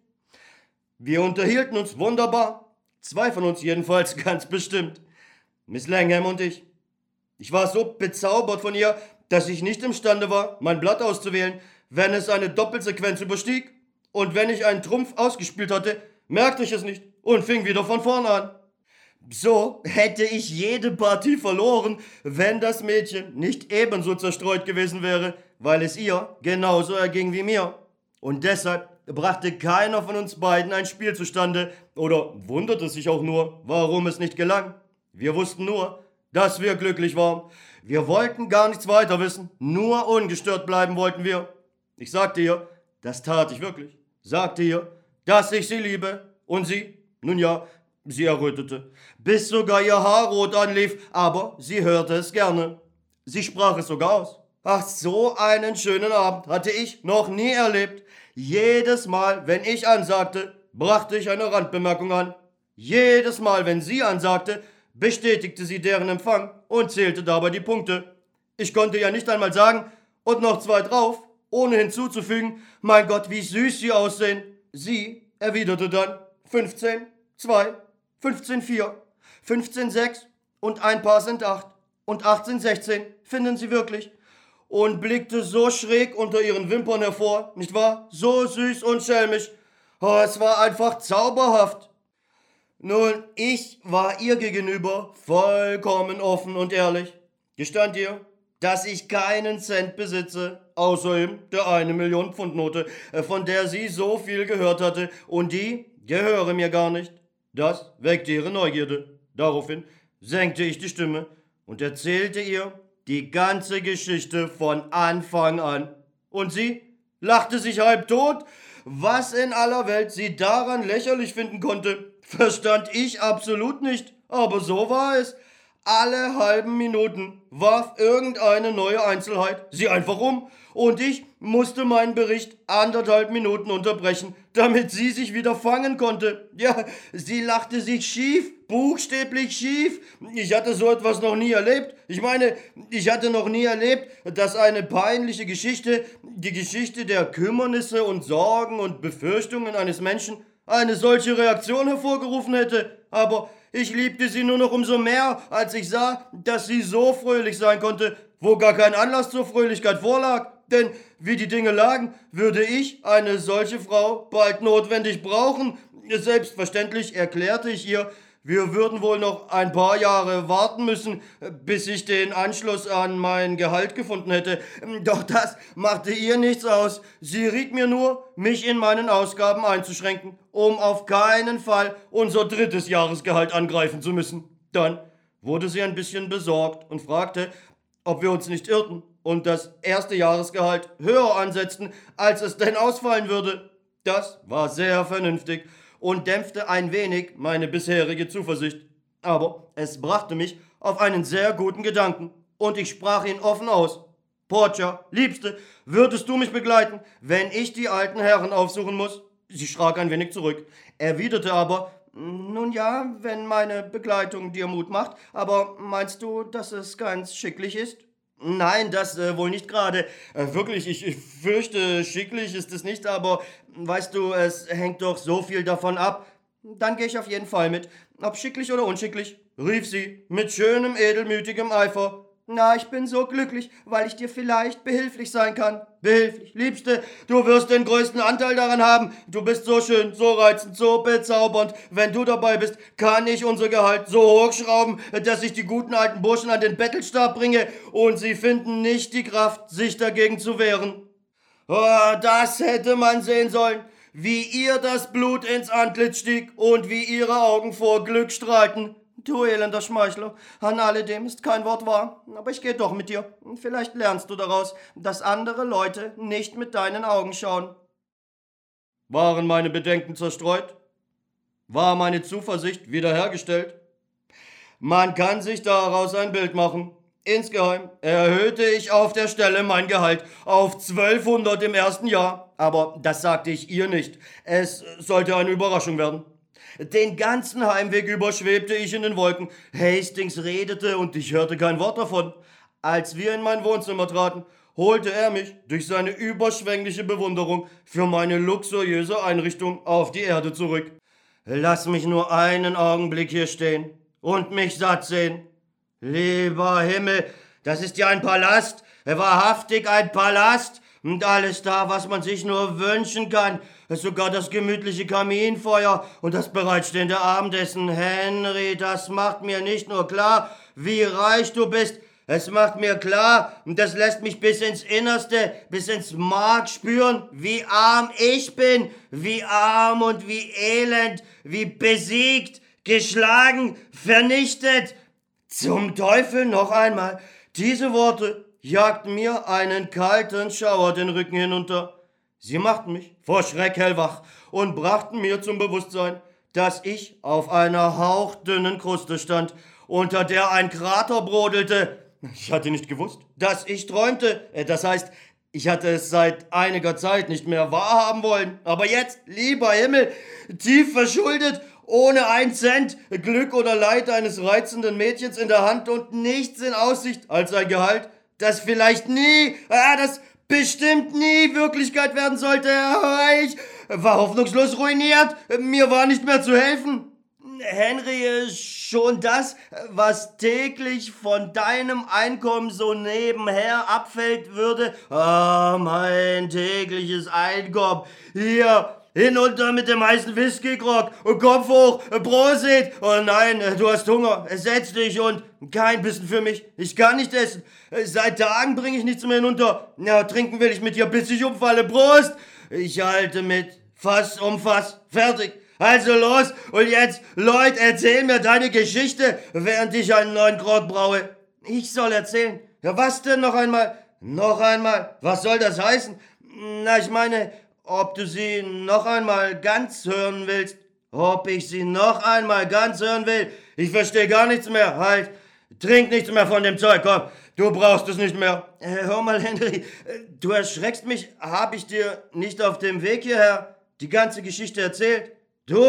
Wir unterhielten uns wunderbar, zwei von uns jedenfalls ganz bestimmt, Miss Langham und ich. Ich war so bezaubert von ihr, dass ich nicht imstande war, mein Blatt auszuwählen, wenn es eine Doppelsequenz überstieg. Und wenn ich einen Trumpf ausgespielt hatte, merkte ich es nicht und fing wieder von vorn an. So hätte ich jede Partie verloren, wenn das Mädchen nicht ebenso zerstreut gewesen wäre, weil es ihr genauso erging wie mir. Und deshalb brachte keiner von uns beiden ein Spiel zustande oder wunderte sich auch nur, warum es nicht gelang. Wir wussten nur, dass wir glücklich waren. Wir wollten gar nichts weiter wissen, nur ungestört bleiben wollten wir. Ich sagte ihr, das tat ich wirklich, sagte ihr, dass ich sie liebe und sie, nun ja, sie errötete, bis sogar ihr Haar rot anlief, aber sie hörte es gerne. Sie sprach es sogar aus. Ach, so einen schönen Abend hatte ich noch nie erlebt. Jedes Mal, wenn ich ansagte, brachte ich eine Randbemerkung an. Jedes Mal, wenn sie ansagte, bestätigte sie deren Empfang und zählte dabei die Punkte. Ich konnte ja nicht einmal sagen, und noch zwei drauf, ohne hinzuzufügen, mein Gott, wie süß sie aussehen. Sie erwiderte dann, fünfzehn, zwei, fünfzehn, vier, fünfzehn, sechs und ein paar sind acht und achtzehn, sechzehn, finden Sie wirklich? Und blickte so schräg unter ihren Wimpern hervor, nicht wahr? So süß und schelmisch. Oh, es war einfach zauberhaft. Nun, ich war ihr gegenüber vollkommen offen und ehrlich. Gestand ihr, dass ich keinen Cent besitze, außer eben der eine Million Pfund Note, von der sie so viel gehört hatte, und die gehöre mir gar nicht. Das weckte ihre Neugierde. Daraufhin senkte ich die Stimme und erzählte ihr die ganze Geschichte von Anfang an. Und sie lachte sich halb tot. Was in aller Welt sie daran lächerlich finden konnte, verstand ich absolut nicht. Aber so war es. Alle halben Minuten warf irgendeine neue Einzelheit sie einfach um und ich musste meinen Bericht anderthalb Minuten unterbrechen, damit sie sich wieder fangen konnte. Ja, sie lachte sich schief, buchstäblich schief. Ich hatte so etwas noch nie erlebt. Ich meine, ich hatte noch nie erlebt, dass eine peinliche Geschichte, die Geschichte der Kümmernisse und Sorgen und Befürchtungen eines Menschen, eine solche Reaktion hervorgerufen hätte. Aber ich liebte sie nur noch umso mehr, als ich sah, dass sie so fröhlich sein konnte, wo gar kein Anlass zur Fröhlichkeit vorlag. Denn wie die Dinge lagen, würde ich eine solche Frau bald notwendig brauchen. Selbstverständlich erklärte ich ihr, wir würden wohl noch ein paar Jahre warten müssen, bis ich den Anschluss an mein Gehalt gefunden hätte. Doch das machte ihr nichts aus. Sie riet mir nur, mich in meinen Ausgaben einzuschränken, um auf keinen Fall unser drittes Jahresgehalt angreifen zu müssen. Dann wurde sie ein bisschen besorgt und fragte, ob wir uns nicht irrten und das erste Jahresgehalt höher ansetzten, als es denn ausfallen würde. Das war sehr vernünftig und dämpfte ein wenig meine bisherige Zuversicht. Aber es brachte mich auf einen sehr guten Gedanken und ich sprach ihn offen aus. Portia, Liebste, würdest du mich begleiten, wenn ich die alten Herren aufsuchen muss? Sie schrak ein wenig zurück, erwiderte aber, nun ja, wenn meine Begleitung dir Mut macht, aber meinst du, dass es ganz schicklich ist? Nein, das äh, wohl nicht gerade. Äh, wirklich, ich, ich fürchte, schicklich ist es nicht, aber weißt du, es hängt doch so viel davon ab. Dann gehe ich auf jeden Fall mit. Ob schicklich oder unschicklich, rief sie mit schönem, edelmütigem Eifer. Na, ich bin so glücklich, weil ich dir vielleicht behilflich sein kann. Behilflich, Liebste, du wirst den größten Anteil daran haben. Du bist so schön, so reizend, so bezaubernd. Wenn du dabei bist, kann ich unser Gehalt so hochschrauben, dass ich die guten alten Burschen an den Bettelstab bringe und sie finden nicht die Kraft, sich dagegen zu wehren. Oh, das hätte man sehen sollen, wie ihr das Blut ins Antlitz stieg und wie ihre Augen vor Glück strahlten. Du elender Schmeichler, an alledem ist kein Wort wahr, aber ich gehe doch mit dir. Vielleicht lernst du daraus, dass andere Leute nicht mit deinen Augen schauen. Waren meine Bedenken zerstreut? War meine Zuversicht wiederhergestellt? Man kann sich daraus ein Bild machen. Insgeheim erhöhte ich auf der Stelle mein Gehalt auf zwölfhundert im ersten Jahr, aber das sagte ich ihr nicht. Es sollte eine Überraschung werden. Den ganzen Heimweg über schwebte ich in den Wolken. Hastings redete und ich hörte kein Wort davon. Als wir in mein Wohnzimmer traten, holte er mich durch seine überschwängliche Bewunderung für meine luxuriöse Einrichtung auf die Erde zurück. Lass mich nur einen Augenblick hier stehen und mich satt sehen. Lieber Himmel, das ist ja ein Palast, wahrhaftig ein Palast und alles da, was man sich nur wünschen kann. Sogar das gemütliche Kaminfeuer und das bereitstehende Abendessen. Henry, das macht mir nicht nur klar, wie reich du bist, es macht mir klar, und das lässt mich bis ins Innerste, bis ins Mark spüren, wie arm ich bin, wie arm und wie elend, wie besiegt, geschlagen, vernichtet. Zum Teufel noch einmal, diese Worte jagten mir einen kalten Schauer den Rücken hinunter. Sie machten mich vor Schreck hellwach und brachten mir zum Bewusstsein, dass ich auf einer hauchdünnen Kruste stand, unter der ein Krater brodelte. Ich hatte nicht gewusst, dass ich träumte. Das heißt, ich hatte es seit einiger Zeit nicht mehr wahrhaben wollen. Aber jetzt, lieber Himmel, tief verschuldet, ohne ein Cent, Glück oder Leid eines reizenden Mädchens in der Hand und nichts in Aussicht als ein Gehalt, das vielleicht nie, ah, das bestimmt nie Wirklichkeit werden sollte. Ich war hoffnungslos ruiniert. Mir war nicht mehr zu helfen. Henry, schon das, was täglich von deinem Einkommen so nebenher abfällt, würde, ah, mein tägliches Einkommen, hier, hinunter mit dem heißen Whisky-Grog, Kopf hoch, Prosit, oh nein, du hast Hunger, setz dich und kein Bissen für mich, ich kann nicht essen, seit Tagen bringe ich nichts mehr hinunter, ja, trinken will ich mit dir, bis ich umfalle, Prost, ich halte mit, Fass um Fass, fertig. Also los, und jetzt, Lloyd, erzähl mir deine Geschichte, während ich einen neuen Grog braue. Ich soll erzählen? Ja, was denn noch einmal? Noch einmal? Was soll das heißen? Na, ich meine, ob du sie noch einmal ganz hören willst. Ob ich sie noch einmal ganz hören will? Ich verstehe gar nichts mehr. Halt, trink nichts mehr von dem Zeug, komm. Du brauchst es nicht mehr. Äh, hör mal, Henry, du erschreckst mich. Hab ich dir nicht auf dem Weg hierher die ganze Geschichte erzählt? Du?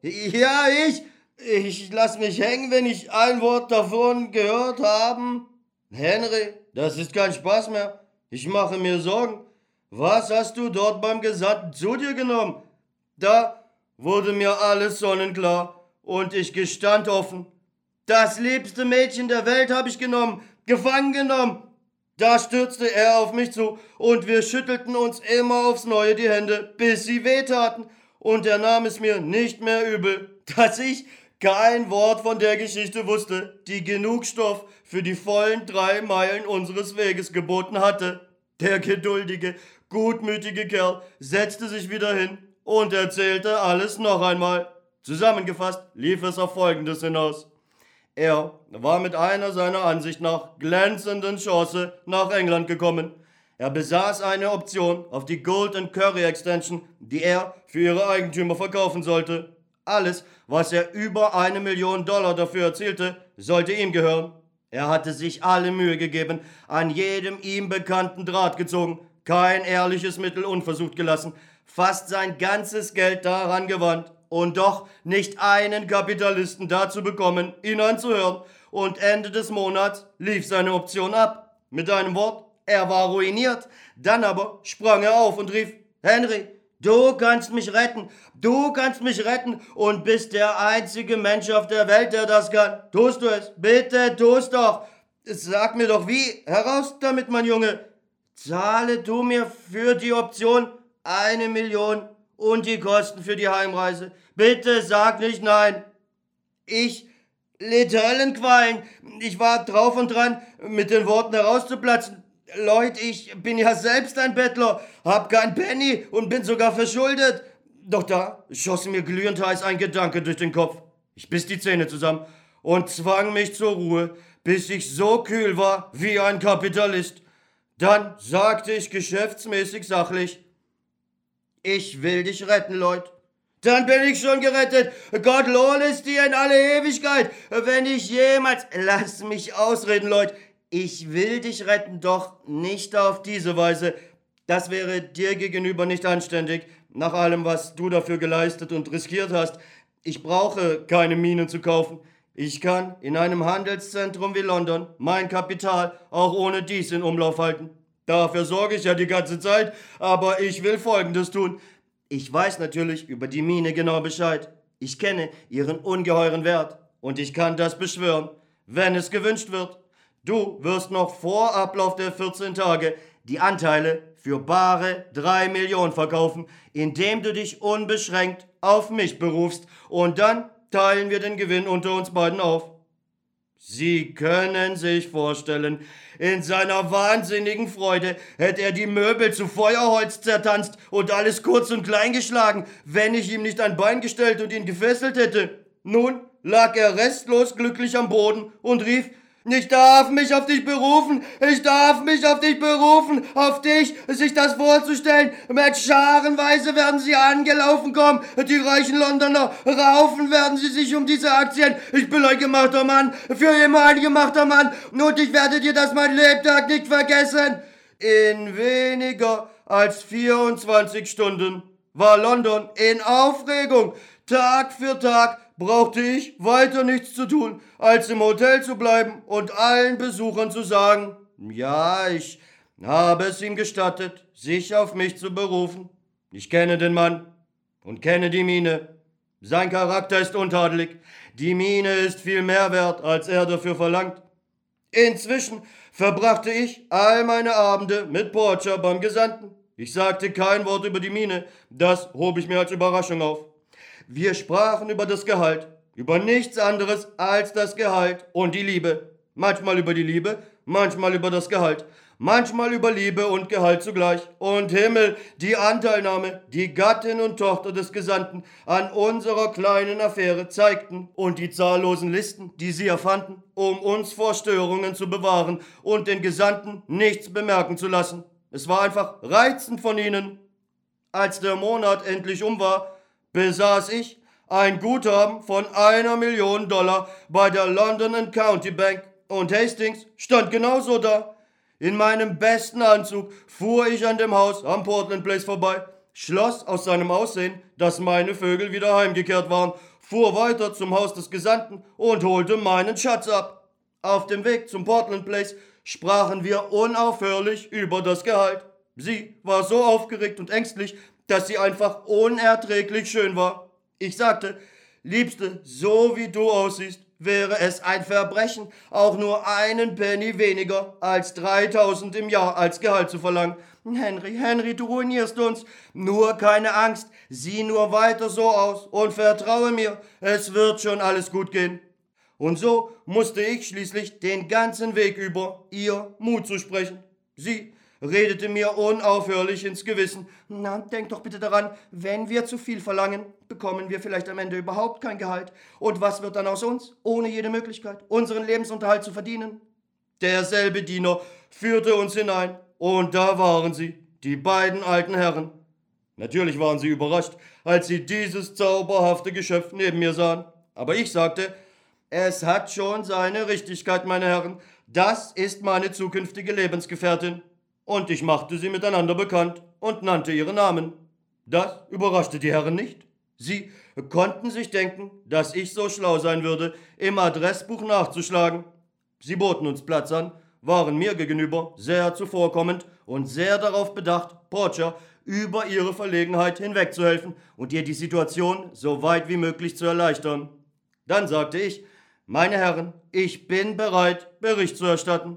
Ja, ich? Ich lass mich hängen, wenn ich ein Wort davon gehört habe. Henry, das ist kein Spaß mehr. Ich mache mir Sorgen. Was hast du dort beim Gesandten zu dir genommen? Da wurde mir alles sonnenklar und ich gestand offen. Das liebste Mädchen der Welt habe ich genommen, gefangen genommen. Da stürzte er auf mich zu und wir schüttelten uns immer aufs Neue die Hände, bis sie wehtaten. Und er nahm es mir nicht mehr übel, dass ich kein Wort von der Geschichte wusste, die genug Stoff für die vollen drei Meilen unseres Weges geboten hatte. Der geduldige, gutmütige Kerl setzte sich wieder hin und erzählte alles noch einmal. Zusammengefasst lief es auf Folgendes hinaus. Er war mit einer seiner Ansicht nach glänzenden Chance nach England gekommen. Er besaß eine Option auf die Gold and Curry Extension, die er für ihre Eigentümer verkaufen sollte. Alles, was er über eine Million Dollar dafür erzielte, sollte ihm gehören. Er hatte sich alle Mühe gegeben, an jedem ihm bekannten Draht gezogen, kein ehrliches Mittel unversucht gelassen, fast sein ganzes Geld daran gewandt und doch nicht einen Kapitalisten dazu bekommen, ihn anzuhören. Und Ende des Monats lief seine Option ab. Mit einem Wort, er war ruiniert. Dann aber sprang er auf und rief, Henry, du kannst mich retten, du kannst mich retten und bist der einzige Mensch auf der Welt, der das kann. Tust du es? Bitte, tu's doch. Sag mir doch wie. Heraus damit, mein Junge. Zahle du mir für die Option eine Million und die Kosten für die Heimreise. Bitte sag nicht nein. Ich litt Höllenqualen. Ich war drauf und dran, mit den Worten herauszuplatzen. Leute, ich bin ja selbst ein Bettler, hab kein Penny und bin sogar verschuldet. Doch da schoss mir glühend heiß ein Gedanke durch den Kopf. Ich biss die Zähne zusammen und zwang mich zur Ruhe, bis ich so kühl war wie ein Kapitalist. Dann sagte ich geschäftsmäßig sachlich, ich will dich retten, Lloyd. Dann bin ich schon gerettet. Gott lohne es dir in alle Ewigkeit, wenn ich jemals... Lass mich ausreden, Lloyd. Ich will dich retten, doch nicht auf diese Weise. Das wäre dir gegenüber nicht anständig, nach allem, was du dafür geleistet und riskiert hast. Ich brauche keine Minen zu kaufen. Ich kann in einem Handelszentrum wie London mein Kapital auch ohne dies in Umlauf halten. Dafür sorge ich ja die ganze Zeit, aber ich will Folgendes tun. Ich weiß natürlich über die Mine genau Bescheid. Ich kenne ihren ungeheuren Wert und ich kann das beschwören, wenn es gewünscht wird. Du wirst noch vor Ablauf der vierzehn Tage die Anteile für bare drei Millionen verkaufen, indem du dich unbeschränkt auf mich berufst und dann teilen wir den Gewinn unter uns beiden auf. Sie können sich vorstellen, in seiner wahnsinnigen Freude hätte er die Möbel zu Feuerholz zertanzt und alles kurz und klein geschlagen, wenn ich ihm nicht ein Bein gestellt und ihn gefesselt hätte. Nun lag er restlos glücklich am Boden und rief, ich darf mich auf dich berufen, ich darf mich auf dich berufen, auf dich, sich das vorzustellen. Mit scharenweise werden sie angelaufen kommen, die reichen Londoner, raufen werden sie sich um diese Aktien. Ich bin ein gemachter Mann, für immer ein gemachter Mann und ich werde dir das mein Lebtag nicht vergessen. In weniger als vierundzwanzig Stunden war London in Aufregung. Tag für Tag brauchte ich weiter nichts zu tun, als im Hotel zu bleiben und allen Besuchern zu sagen, ja, ich habe es ihm gestattet, sich auf mich zu berufen. Ich kenne den Mann und kenne die Mine. Sein Charakter ist untadelig. Die Mine ist viel mehr wert, als er dafür verlangt. Inzwischen verbrachte ich all meine Abende mit Porcher beim Gesandten. Ich sagte kein Wort über die Mine, das hob ich mir als Überraschung auf. Wir sprachen über das Gehalt, über nichts anderes als das Gehalt und die Liebe. Manchmal über die Liebe, manchmal über das Gehalt, manchmal über Liebe und Gehalt zugleich. Und Himmel, die Anteilnahme, die Gattin und Tochter des Gesandten an unserer kleinen Affäre zeigten und die zahllosen Listen, die sie erfanden, um uns vor Störungen zu bewahren und den Gesandten nichts bemerken zu lassen. Es war einfach reizend von ihnen. Als der Monat endlich um war, besaß ich ein Guthaben von einer Million Dollar bei der London and County Bank und Hastings stand genauso da. In meinem besten Anzug fuhr ich an dem Haus am Portland Place vorbei, schloss aus seinem Aussehen, dass meine Vögel wieder heimgekehrt waren, fuhr weiter zum Haus des Gesandten und holte meinen Schatz ab. Auf dem Weg zum Portland Place sprachen wir unaufhörlich über das Gehalt. Sie war so aufgeregt und ängstlich, dass sie einfach unerträglich schön war. Ich sagte, Liebste, so wie du aussiehst, wäre es ein Verbrechen, auch nur einen Penny weniger als dreitausend im Jahr als Gehalt zu verlangen. Henry, Henry, du ruinierst uns. Nur keine Angst, sieh nur weiter so aus und vertraue mir, es wird schon alles gut gehen. Und so musste ich schließlich den ganzen Weg über ihr Mut zusprechen. Sie redete mir unaufhörlich ins Gewissen. Na, denk doch bitte daran, wenn wir zu viel verlangen, bekommen wir vielleicht am Ende überhaupt kein Gehalt. Und was wird dann aus uns, ohne jede Möglichkeit, unseren Lebensunterhalt zu verdienen? Derselbe Diener führte uns hinein, und da waren sie, die beiden alten Herren. Natürlich waren sie überrascht, als sie dieses zauberhafte Geschöpf neben mir sahen. Aber ich sagte, es hat schon seine Richtigkeit, meine Herren. Das ist meine zukünftige Lebensgefährtin. Und ich machte sie miteinander bekannt und nannte ihre Namen. Das überraschte die Herren nicht. Sie konnten sich denken, dass ich so schlau sein würde, im Adressbuch nachzuschlagen. Sie boten uns Platz an, waren mir gegenüber sehr zuvorkommend und sehr darauf bedacht, Portia über ihre Verlegenheit hinwegzuhelfen und ihr die Situation so weit wie möglich zu erleichtern. Dann sagte ich, meine Herren, ich bin bereit, Bericht zu erstatten.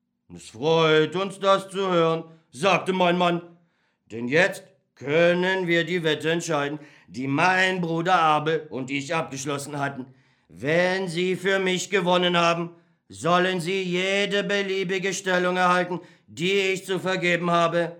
Es freut uns, das zu hören, sagte mein Mann, denn jetzt können wir die Wette entscheiden, die mein Bruder Abel und ich abgeschlossen hatten. Wenn Sie für mich gewonnen haben, sollen Sie jede beliebige Stellung erhalten, die ich zu vergeben habe.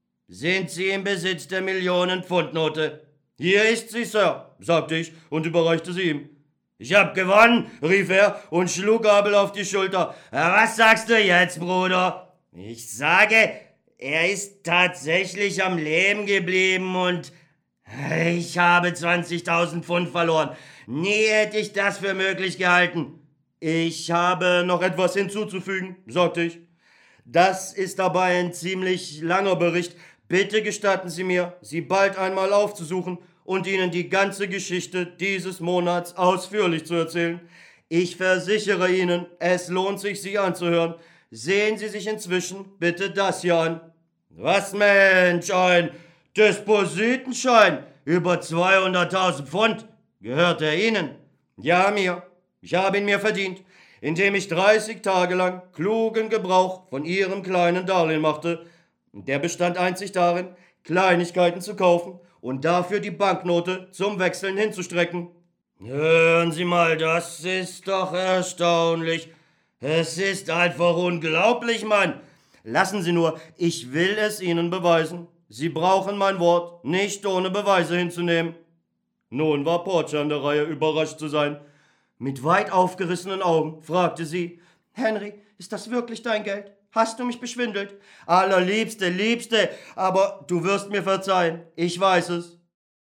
Sind Sie im Besitz der Millionen-Pfund-Note? Hier ist sie, Sir, sagte ich und überreichte sie ihm. Ich hab gewonnen, rief er und schlug Abel auf die Schulter. Was sagst du jetzt, Bruder? Ich sage, er ist tatsächlich am Leben geblieben und ich habe zwanzigtausend Pfund verloren. Nie hätte ich das für möglich gehalten. Ich habe noch etwas hinzuzufügen, sagte ich. Das ist dabei ein ziemlich langer Bericht. Bitte gestatten Sie mir, Sie bald einmal aufzusuchen und Ihnen die ganze Geschichte dieses Monats ausführlich zu erzählen. Ich versichere Ihnen, es lohnt sich, sie anzuhören. Sehen Sie sich inzwischen bitte das hier an. Was, Mensch, ein Dispositenschein über zweihunderttausend Pfund. Gehört er Ihnen? Ja, mir. Ich habe ihn mir verdient, indem ich dreißig Tage lang klugen Gebrauch von Ihrem kleinen Darlehen machte. Der bestand einzig darin, Kleinigkeiten zu kaufen und dafür die Banknote zum Wechseln hinzustrecken. Hören Sie mal, das ist doch erstaunlich. Es ist einfach unglaublich, Mann. Lassen Sie nur, ich will es Ihnen beweisen. Sie brauchen mein Wort nicht ohne Beweise hinzunehmen. Nun war Portia an der Reihe, überrascht zu sein. Mit weit aufgerissenen Augen fragte sie, Henry, ist das wirklich dein Geld? Hast du mich beschwindelt? Allerliebste, Liebste, aber du wirst mir verzeihen, ich weiß es.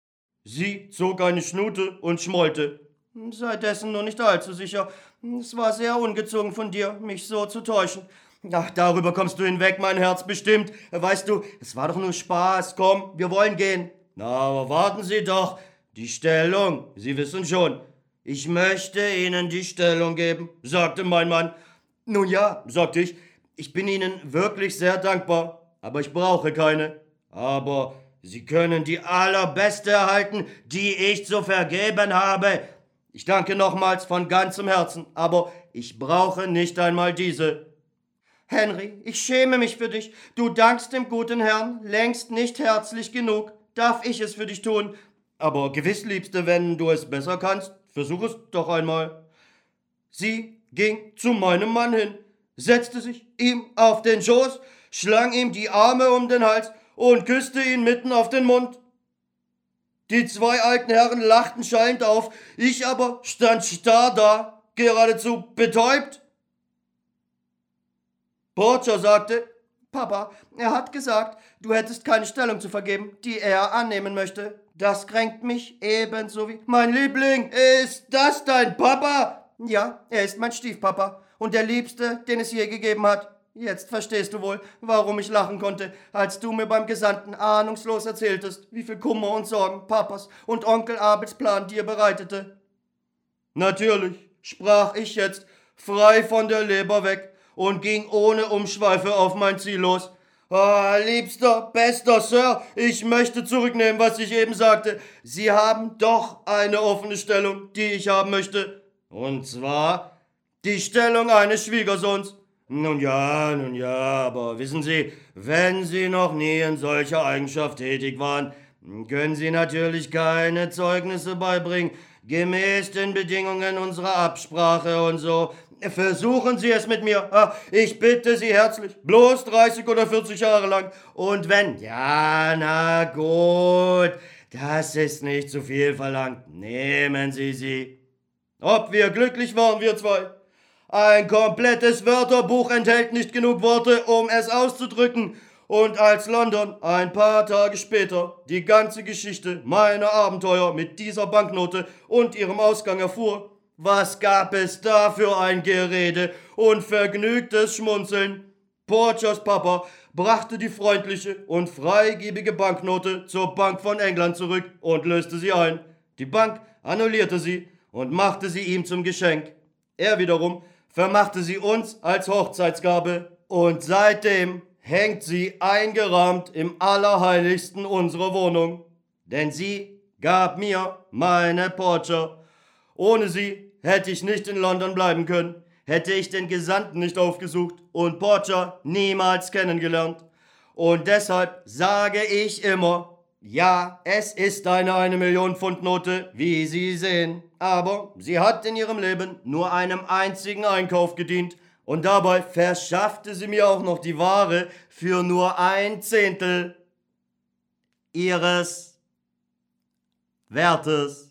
Sie zog eine Schnute und schmollte. Sei dessen nur nicht allzu sicher. Es war sehr ungezogen von dir, mich so zu täuschen. Ach, darüber kommst du hinweg, mein Herz, bestimmt. Weißt du, es war doch nur Spaß. Komm, wir wollen gehen. Na, aber warten Sie doch. Die Stellung, Sie wissen schon. Ich möchte Ihnen die Stellung geben, sagte mein Mann. Nun ja, sagte ich, ich bin Ihnen wirklich sehr dankbar, aber ich brauche keine. Aber Sie können die allerbeste erhalten, die ich zu vergeben habe. Ich danke nochmals von ganzem Herzen, aber ich brauche nicht einmal diese. Henry, ich schäme mich für dich. Du dankst dem guten Herrn längst nicht herzlich genug. Darf ich es für dich tun? Aber gewiss, Liebste, wenn du es besser kannst, versuch es doch einmal. Sie ging zu meinem Mann hin, setzte sich ihm auf den Schoß, schlang ihm die Arme um den Hals und küsste ihn mitten auf den Mund. Die zwei alten Herren lachten schallend auf, ich aber stand starr da, geradezu betäubt. Portia sagte, Papa, er hat gesagt, du hättest keine Stellung zu vergeben, die er annehmen möchte. Das kränkt mich ebenso wie... Mein Liebling, ist das dein Papa? Ja, er ist mein Stiefpapa und der Liebste, den es je gegeben hat. Jetzt verstehst du wohl, warum ich lachen konnte, als du mir beim Gesandten ahnungslos erzähltest, wie viel Kummer und Sorgen Papas und Onkel Abels Plan dir bereitete. Natürlich, sprach ich jetzt, frei von der Leber weg, und ging ohne Umschweife auf mein Ziel los. Ah, liebster, bester Sir, ich möchte zurücknehmen, was ich eben sagte. Sie haben doch eine offene Stellung, die ich haben möchte. Und zwar die Stellung eines Schwiegersohns. Nun ja, nun ja, aber wissen Sie, wenn Sie noch nie in solcher Eigenschaft tätig waren, können Sie natürlich keine Zeugnisse beibringen, gemäß den Bedingungen unserer Absprache und so. Versuchen Sie es mit mir. Ich bitte Sie herzlich. Bloß dreißig oder vierzig Jahre lang. Und wenn... Ja, na gut. Das ist nicht zu viel verlangt. Nehmen Sie sie. Ob wir glücklich waren, wir zwei. Ein komplettes Wörterbuch enthält nicht genug Worte, um es auszudrücken. Und als London ein paar Tage später die ganze Geschichte meiner Abenteuer mit dieser Banknote und ihrem Ausgang erfuhr, was gab es da für ein Gerede und vergnügtes Schmunzeln? Porchers Papa brachte die freundliche und freigebige Banknote zur Bank von England zurück und löste sie ein. Die Bank annullierte sie und machte sie ihm zum Geschenk. Er wiederum vermachte sie uns als Hochzeitsgabe und seitdem hängt sie eingerahmt im Allerheiligsten unserer Wohnung. Denn sie gab mir meine Porcher. Ohne sie hätte ich nicht in London bleiben können, hätte ich den Gesandten nicht aufgesucht und Porcher niemals kennengelernt. Und deshalb sage ich immer, ja, es ist eine eine Million Pfund Note, wie Sie sehen, aber sie hat in ihrem Leben nur einem einzigen Einkauf gedient und dabei verschaffte sie mir auch noch die Ware für nur ein Zehntel ihres Wertes.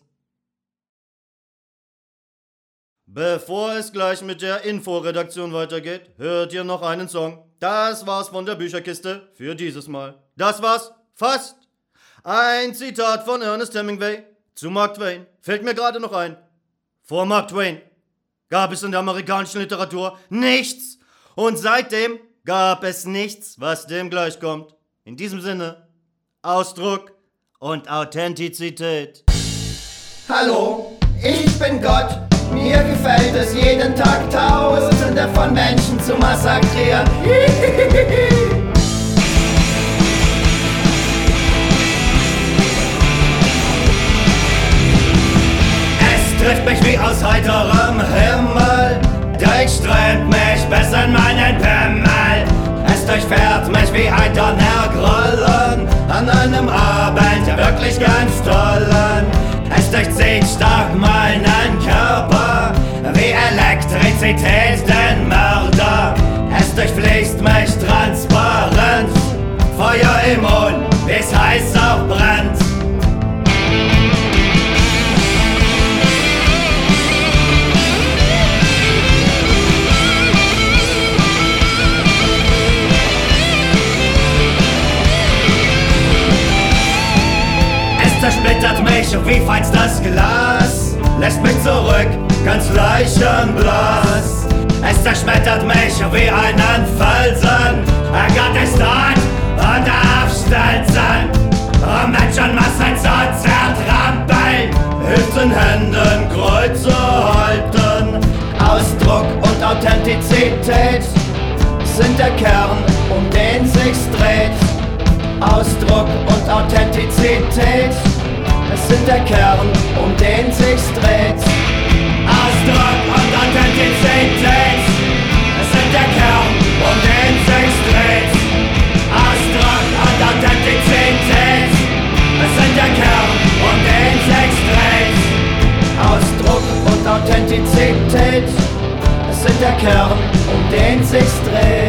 Bevor es gleich mit der Inforedaktion weitergeht, hört ihr noch einen Song. Das war's von der Bücherkiste für dieses Mal. Das war's fast. Ein Zitat von Ernest Hemingway zu Mark Twain. Fällt mir gerade noch ein. Vor Mark Twain gab es in der amerikanischen Literatur nichts. Und seitdem gab es nichts, was dem gleichkommt. In diesem Sinne, Ausdruck und Authentizität. Hallo, ich bin Gott. Mir gefällt es jeden Tag Tausende von Menschen zu massakrieren. Es trifft mich wie aus heiterem Himmel, durchströmt mich bis in meinen Pimmel. Es durchfährt mich wie ein Donnergrollen an einem Abend, ja wirklich ganz tollen. Es durchzieht stark meinen Körper, wie Elektrizität den Mörder. Es durchfließt mich transparent, Feuer im Mund, wie's heiß auch brennt. Zersplittert mich wie feinstes Glas, lässt mich zurück, ganz leichenblass. Es zerschmettert mich wie einen Felsen, er Gott ist dort und aufstelzen, um Menschenmassen zu zertrampeln, hilft in Händen Kreuze halten. Ausdruck und Authentizität sind der Kern, um den sich's dreht. Ausdruck und Authentizität, es sind der Kern, um den sich's dreht. Ausdruck und Authentizität, es sind der Kern, um den sich's dreht. Ausdruck und Authentizität, es sind der Kern, um den sich's dreht. Ausdruck und Authentizität, es sind der Kern, um den sich's dreht.